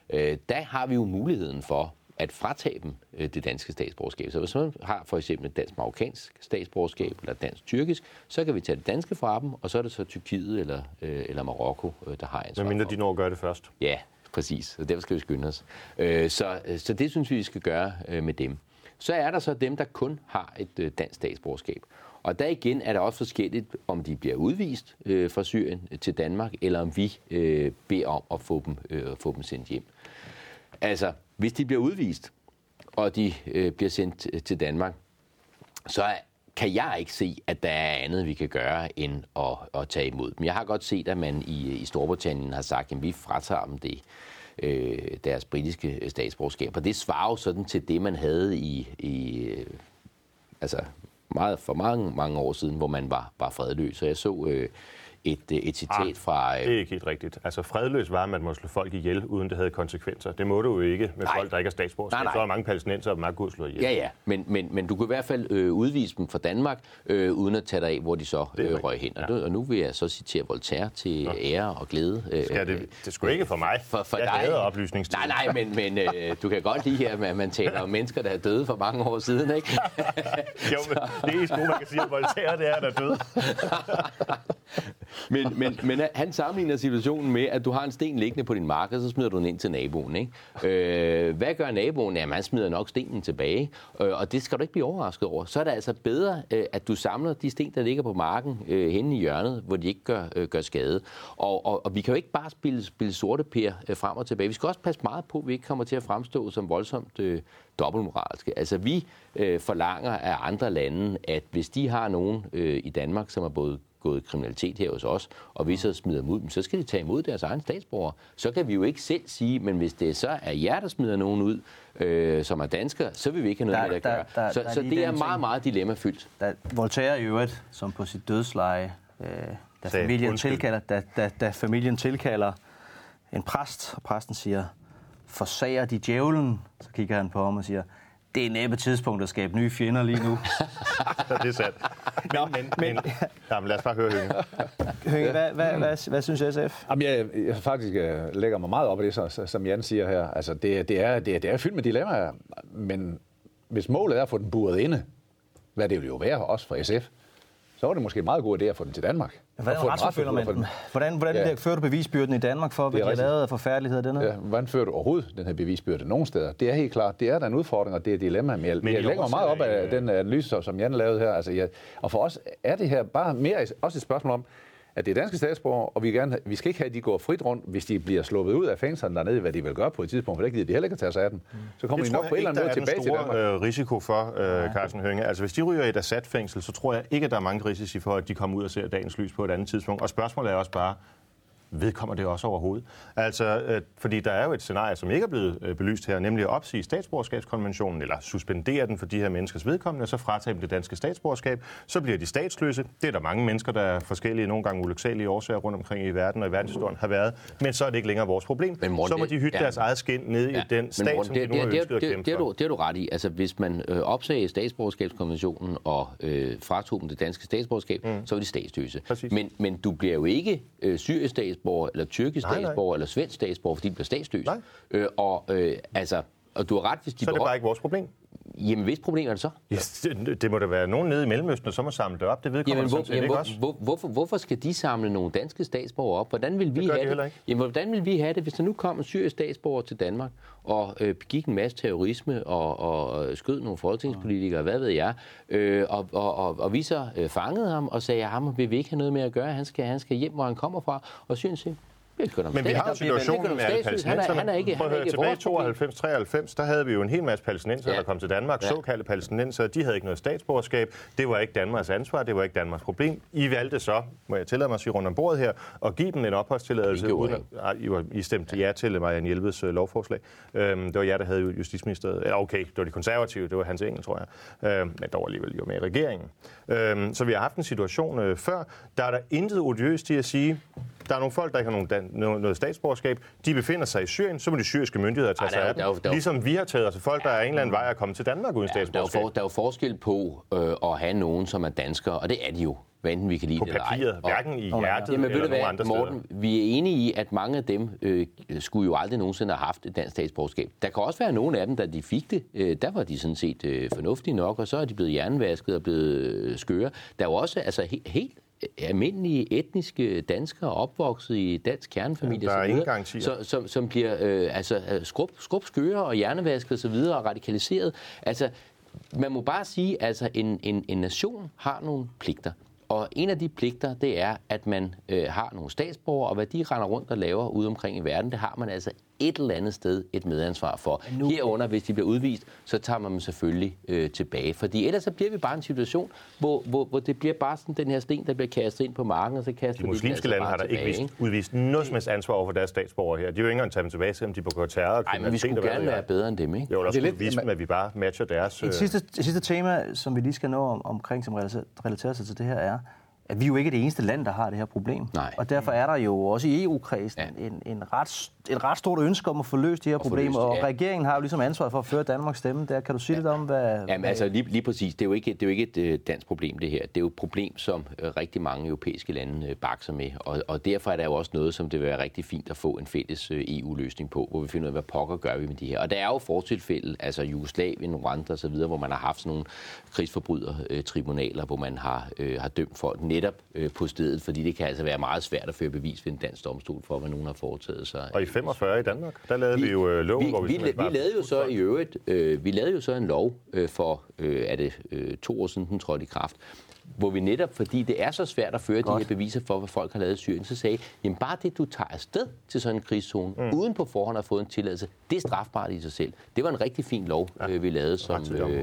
øh, der har vi jo muligheden for at fratage dem øh, det danske statsborgerskab. Så hvis man har for eksempel et dansk-marokkansk statsborgerskab eller dansk-tyrkisk, så kan vi tage det danske fra dem, og så er det så Tyrkiet eller, øh, eller Marokko, øh, der har ansvar. Men mindre de når at gøre det først. Ja, præcis. Og derfor skal vi skynde os. Øh, så, så det synes vi, vi skal gøre øh, med dem. Så er der så dem, der kun har et øh, dansk statsborgerskab. Og der igen er det også forskelligt, om de bliver udvist øh, fra Syrien til Danmark, eller om vi øh, beder om at få dem, øh, få dem sendt hjem. Altså, hvis de bliver udvist, og de øh, bliver sendt til Danmark, så kan jeg ikke se, at der er andet, vi kan gøre, end at, at tage imod dem. Jeg har godt set, at man i, i Storbritannien har sagt, at vi fratager dem det, øh, deres britiske statsborgerskab. Og det svarer jo sådan til det, man havde i, i øh, altså meget, for mange, mange år siden, hvor man var, var fredløs. Så jeg så øh, et, et citat ah, fra... Øh, det er ikke helt rigtigt. Altså fredløs var, at man må slå folk ihjel, uden det havde konsekvenser. Det må du jo ikke med nej. folk, der ikke er statsborgerskab. Så er mange palæstinenser, og meget godt slået ihjel. Ja, ja. Men, men, men du kunne i hvert fald øh, udvise dem fra Danmark, øh, uden at tage dig af, hvor de så øh, røg hen. Ja. Og nu vil jeg så citere Voltaire til Nå. ære og glæde. Øh, Skal det, det skulle ikke for mig. For, for jeg dig. hader oplysningstid. Nej, nej, men, men øh, du kan godt lide her, at man taler om mennesker, der er døde for mange år siden, ikke? Jo, men det er sgu, man kan sige, at Voltaire, det er, der er død. men, men, men han sammenligner situationen med, at du har en sten liggende på din mark, og så smider du den ind til naboen. Ikke? Øh, hvad gør naboen? Jamen, han smider nok stenen tilbage, øh, og det skal du ikke blive overrasket over. Så er det altså bedre, øh, at du samler de sten, der ligger på marken, øh, henne i hjørnet, hvor de ikke gør, øh, gør skade. Og, og, og vi kan jo ikke bare spille, spille sorte per øh, frem og tilbage. Vi skal også passe meget på, at vi ikke kommer til at fremstå som voldsomt øh, dobbeltmoralske. Altså, vi øh, forlanger af andre lande, at hvis de har nogen øh, i Danmark, som er både gået kriminalitet her hos os, og vi så smider dem ud, så skal de tage imod deres egen statsborger. Så kan vi jo ikke selv sige, men hvis det så er jer, der smider nogen ud, øh, som er danskere, så vil vi ikke have noget der, med det at gøre. Der, der, så der så det er meget, ting. meget dilemmafyldt. Der, Voltaire i øvrigt, som på sit dødsleje, øh, da, familien tilkalder, da, da, da familien tilkalder en præst, og præsten siger, forsager de djævlen, så kigger han på ham og siger, det er næppe tidspunkt at skabe nye fjender lige nu. Det er sandt. Men, men, men, ja, men lad os bare høre Hønge. Hønge, hvad, hvad, hvad, hvad synes S F? Jamen, jeg, jeg faktisk uh, lægger mig meget op af det, så, som Jan siger her. Altså, det, det, er, det, er, det er fyldt med dilemmaer, men hvis målet er at få den buret inde, hvad det vil jo være også for S F, så var det måske en meget god idé at få den til Danmark. Hvordan retsforfølger man den? Hvordan, hvordan ja. fører du bevisbyrden i Danmark for, hvad de har lavet af forfærdeligheder dernede? Ja, hvordan fører du overhovedet den her bevisbyrde nogen steder? Det er helt klart, det er der en udfordring, og det er et dilemma. Men jeg, Men jeg lægger mig meget op af den analyse, som Jan lavede her. Altså, jeg, og for os er det her bare mere også et spørgsmål om, at det er danske statsborgere, og vi, gerne, vi skal ikke have, at de går frit rundt, hvis de bliver sluppet ud af fængslerne dernede, hvad de vil gøre på et tidspunkt, for det gider de heller ikke at tage sig af dem. Så kommer de nok på en eller anden måde tilbage til Danmark. Det tror jeg ikke, der er den store risiko for, øh, Carsten Hønge. Altså, hvis de ryger i et Assad-fængsel, så tror jeg ikke, at der er mange risici for, at de kommer ud og ser dagens lys på et andet tidspunkt. Og spørgsmålet er også bare, vedkommer det også overhovedet? Altså, øh, fordi der er jo et scenarie, som ikke er blevet øh, belyst her, nemlig at opsige statsborgerskabskonventionen, eller suspendere den for de her menneskers vedkommende, og så fratage dem det danske statsborgerskab. Så bliver de statsløse. Det er der mange mennesker, der er forskellige, nogle gange ulyksalige årsager rundt omkring i verden og i verdenshistorien har været. Men så er det ikke længere vores problem. Morten, så må de hytte ja. deres eget skin ned ja. i den stat, Morten, som de nu det, har ønsket det, at kæmpe det, det, det er du ret i. Altså, hvis man øh, opsagde statsborgerskabskonventionen og øh, fratog dem det danske statsborgerskab, mm. så er de statsløse. Men, men du bliver jo ikke øh, syrisk statsborger, eller tyrkisk nej, statsborger, nej. eller svensk statsborger, fordi de bliver statsløse. Øh, og, øh, altså, og du har ret, hvis de... Så er det bare ikke vores problem? Jamen, hvis problem er det så? Ja, det, det må da være nogen nede i Mellemøsten, der så må samle det op. Det vedkommer jamen, hvor, sådan jamen, ikke hvor, også. Hvor, hvorfor, hvorfor skal de samle nogle danske statsborgere op? Hvordan vil vi det have de det? Jamen, hvordan vil vi have det, hvis der nu kom en syrisk statsborger til Danmark og øh, begik en masse terrorisme og, og skød nogle folketingspolitikere, hvad ved jeg, øh, og, og, og, og vi så øh, fangede ham og sagde, at ham vil vi ikke have noget med at gøre. Han skal, han skal hjem, hvor han kommer fra, og synes jeg, men vi har jo situationen med alle palæstinenserne. Han er ikke, Prøv at høre, tilbage i tooghalvfems treoghalvfems, der havde vi jo en hel masse palæstinenser, ja. der kom til Danmark, ja. såkaldte palæstinenser. De havde ikke noget statsborgerskab. Det var ikke Danmarks ansvar, det var ikke Danmarks problem. I valgte så, må jeg tillade mig at sige rundt om bordet her, at give dem en opholdstilladelse. Uden at, I, var, I stemte ja, ja til Marianne Jelveds uh, lovforslag. Øhm, det var jer, der havde justitsministeriet. Ja, okay, det var de konservative, det var Hans Engel, tror jeg. Øhm, men dog alligevel jo med i regeringen. Øhm, så vi har haft en situation øh, før. Der er der intet odiøst i at sige, der er nogle folk, der ikke har nogen dan- noget statsborgerskab. De befinder sig i Syrien, så må de syriske myndigheder tage sig af dem. Ligesom vi har taget os folk, der er en eller anden vej at komme til Danmark uden ja, statsborgerskab. Der er, jo for, der er jo forskel på øh, at have nogen, som er danskere, og det er de jo. hvad enten vi kan lide på det eller ej. papiret, hverken i hjertet Jamen, eller nogen andre steder. Morten, vi er enige i, at mange af dem øh, skulle jo aldrig nogensinde have haft et dansk statsborgerskab. Der kan også være nogle af dem, da de fik det, øh, der var de sådan set øh, fornuftige nok, og så er de blevet hjernevasket og blevet øh, skøre. Der er jo også altså, he- helt almindelige etniske danskere opvokset i dansk kernefamilie, ja, videre, som, som, som bliver øh, altså, skrub, skrub skøre og hjernevasket og så videre og radikaliseret. Altså, man må bare sige, at altså, en, en, en nation har nogle pligter. Og en af de pligter, det er, at man øh, har nogle statsborgere, og hvad de render rundt og laver ude omkring i verden, det har man altså et eller andet sted et medansvar for. Nu. Herunder, hvis de bliver udvist, så tager man dem selvfølgelig øh, tilbage. Fordi ellers så bliver vi bare en situation, hvor, hvor, hvor det bliver bare sådan den her sten, der bliver kastet ind på marken, og så kaster de muslimske altså lande har der ikke vist, udvist noget som helst ansvar over for deres statsborgere her. De er jo ikke engang taget dem tilbage, selvom de begår terror. Nej, men vi skulle gerne være bedre end dem, ikke? Jo, der skulle vise dem, at vi bare matcher deres... Et sidste, et sidste tema, som vi lige skal nå om, omkring, som relaterer sig til det her, er, at vi jo ikke er det eneste land, der har det her problem. Nej. Og derfor er der jo også i E U-kredsen ja. en, en ret, et ret stort ønske om at få løst de her og problemer. Løst, ja. Og regeringen har jo ligesom ansvaret for at føre Danmarks stemme. Der kan du sige ja. lidt om, hvad... Jamen altså lige, lige præcis. Det er jo ikke, det er jo ikke et øh, dansk problem, det her. Det er jo et problem, som øh, rigtig mange europæiske lande øh, bakser med. Og, og derfor er der jo også noget, som det vil være rigtig fint at få en fælles øh, E U-løsning på, hvor vi finder ud af, hvad pokker gør vi med de her. Og der er jo fortilfælde, altså Jugoslavien, Rwanda osv., hvor man har haft sådan nogle krigsforbrydertribunaler, hvor man har, øh, har dømt folk netop øh, på stedet, fordi det kan altså være meget svært at føre bevis ved en dansk domstol for, hvad nogen har foretaget sig. Og i femogfyrre i Danmark, der lavede vi, vi jo øh, loven, vi, hvor vi... Vi, vi, vi lavede jo så i øvrigt, øh, vi lavede jo så en lov øh, for, øh, er det øh, to år siden, den trådte i kraft, hvor vi netop, fordi det er så svært at føre Godt. de her beviser for, hvad folk har lavet i Syrien, så sagde, jamen bare det, du tager afsted til sådan en krigszone, mm. uden på forhånd at have fået en tilladelse, det er strafbart i sig selv. Det var en rigtig fin lov, ja. øh, vi lavede, som... Øh,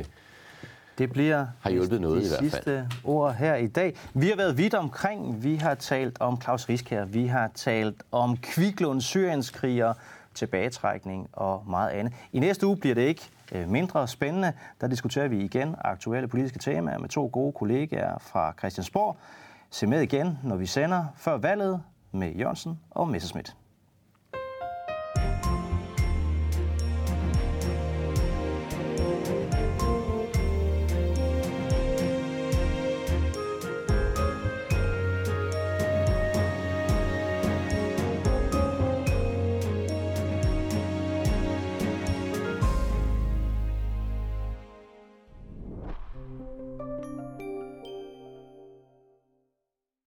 Det bliver har hjulpet noget de i hvert fald. sidste ord her i dag. Vi har været vidt omkring. Vi har talt om Klaus Riskær. Vi har talt om Kviklund, syrienskriger, tilbagetrækning og meget andet. I næste uge bliver det ikke mindre spændende. Der diskuterer vi igen aktuelle politiske temaer med to gode kollegaer fra Christiansborg. Se med igen, når vi sender før valget med Jørgensen og Messerschmidt.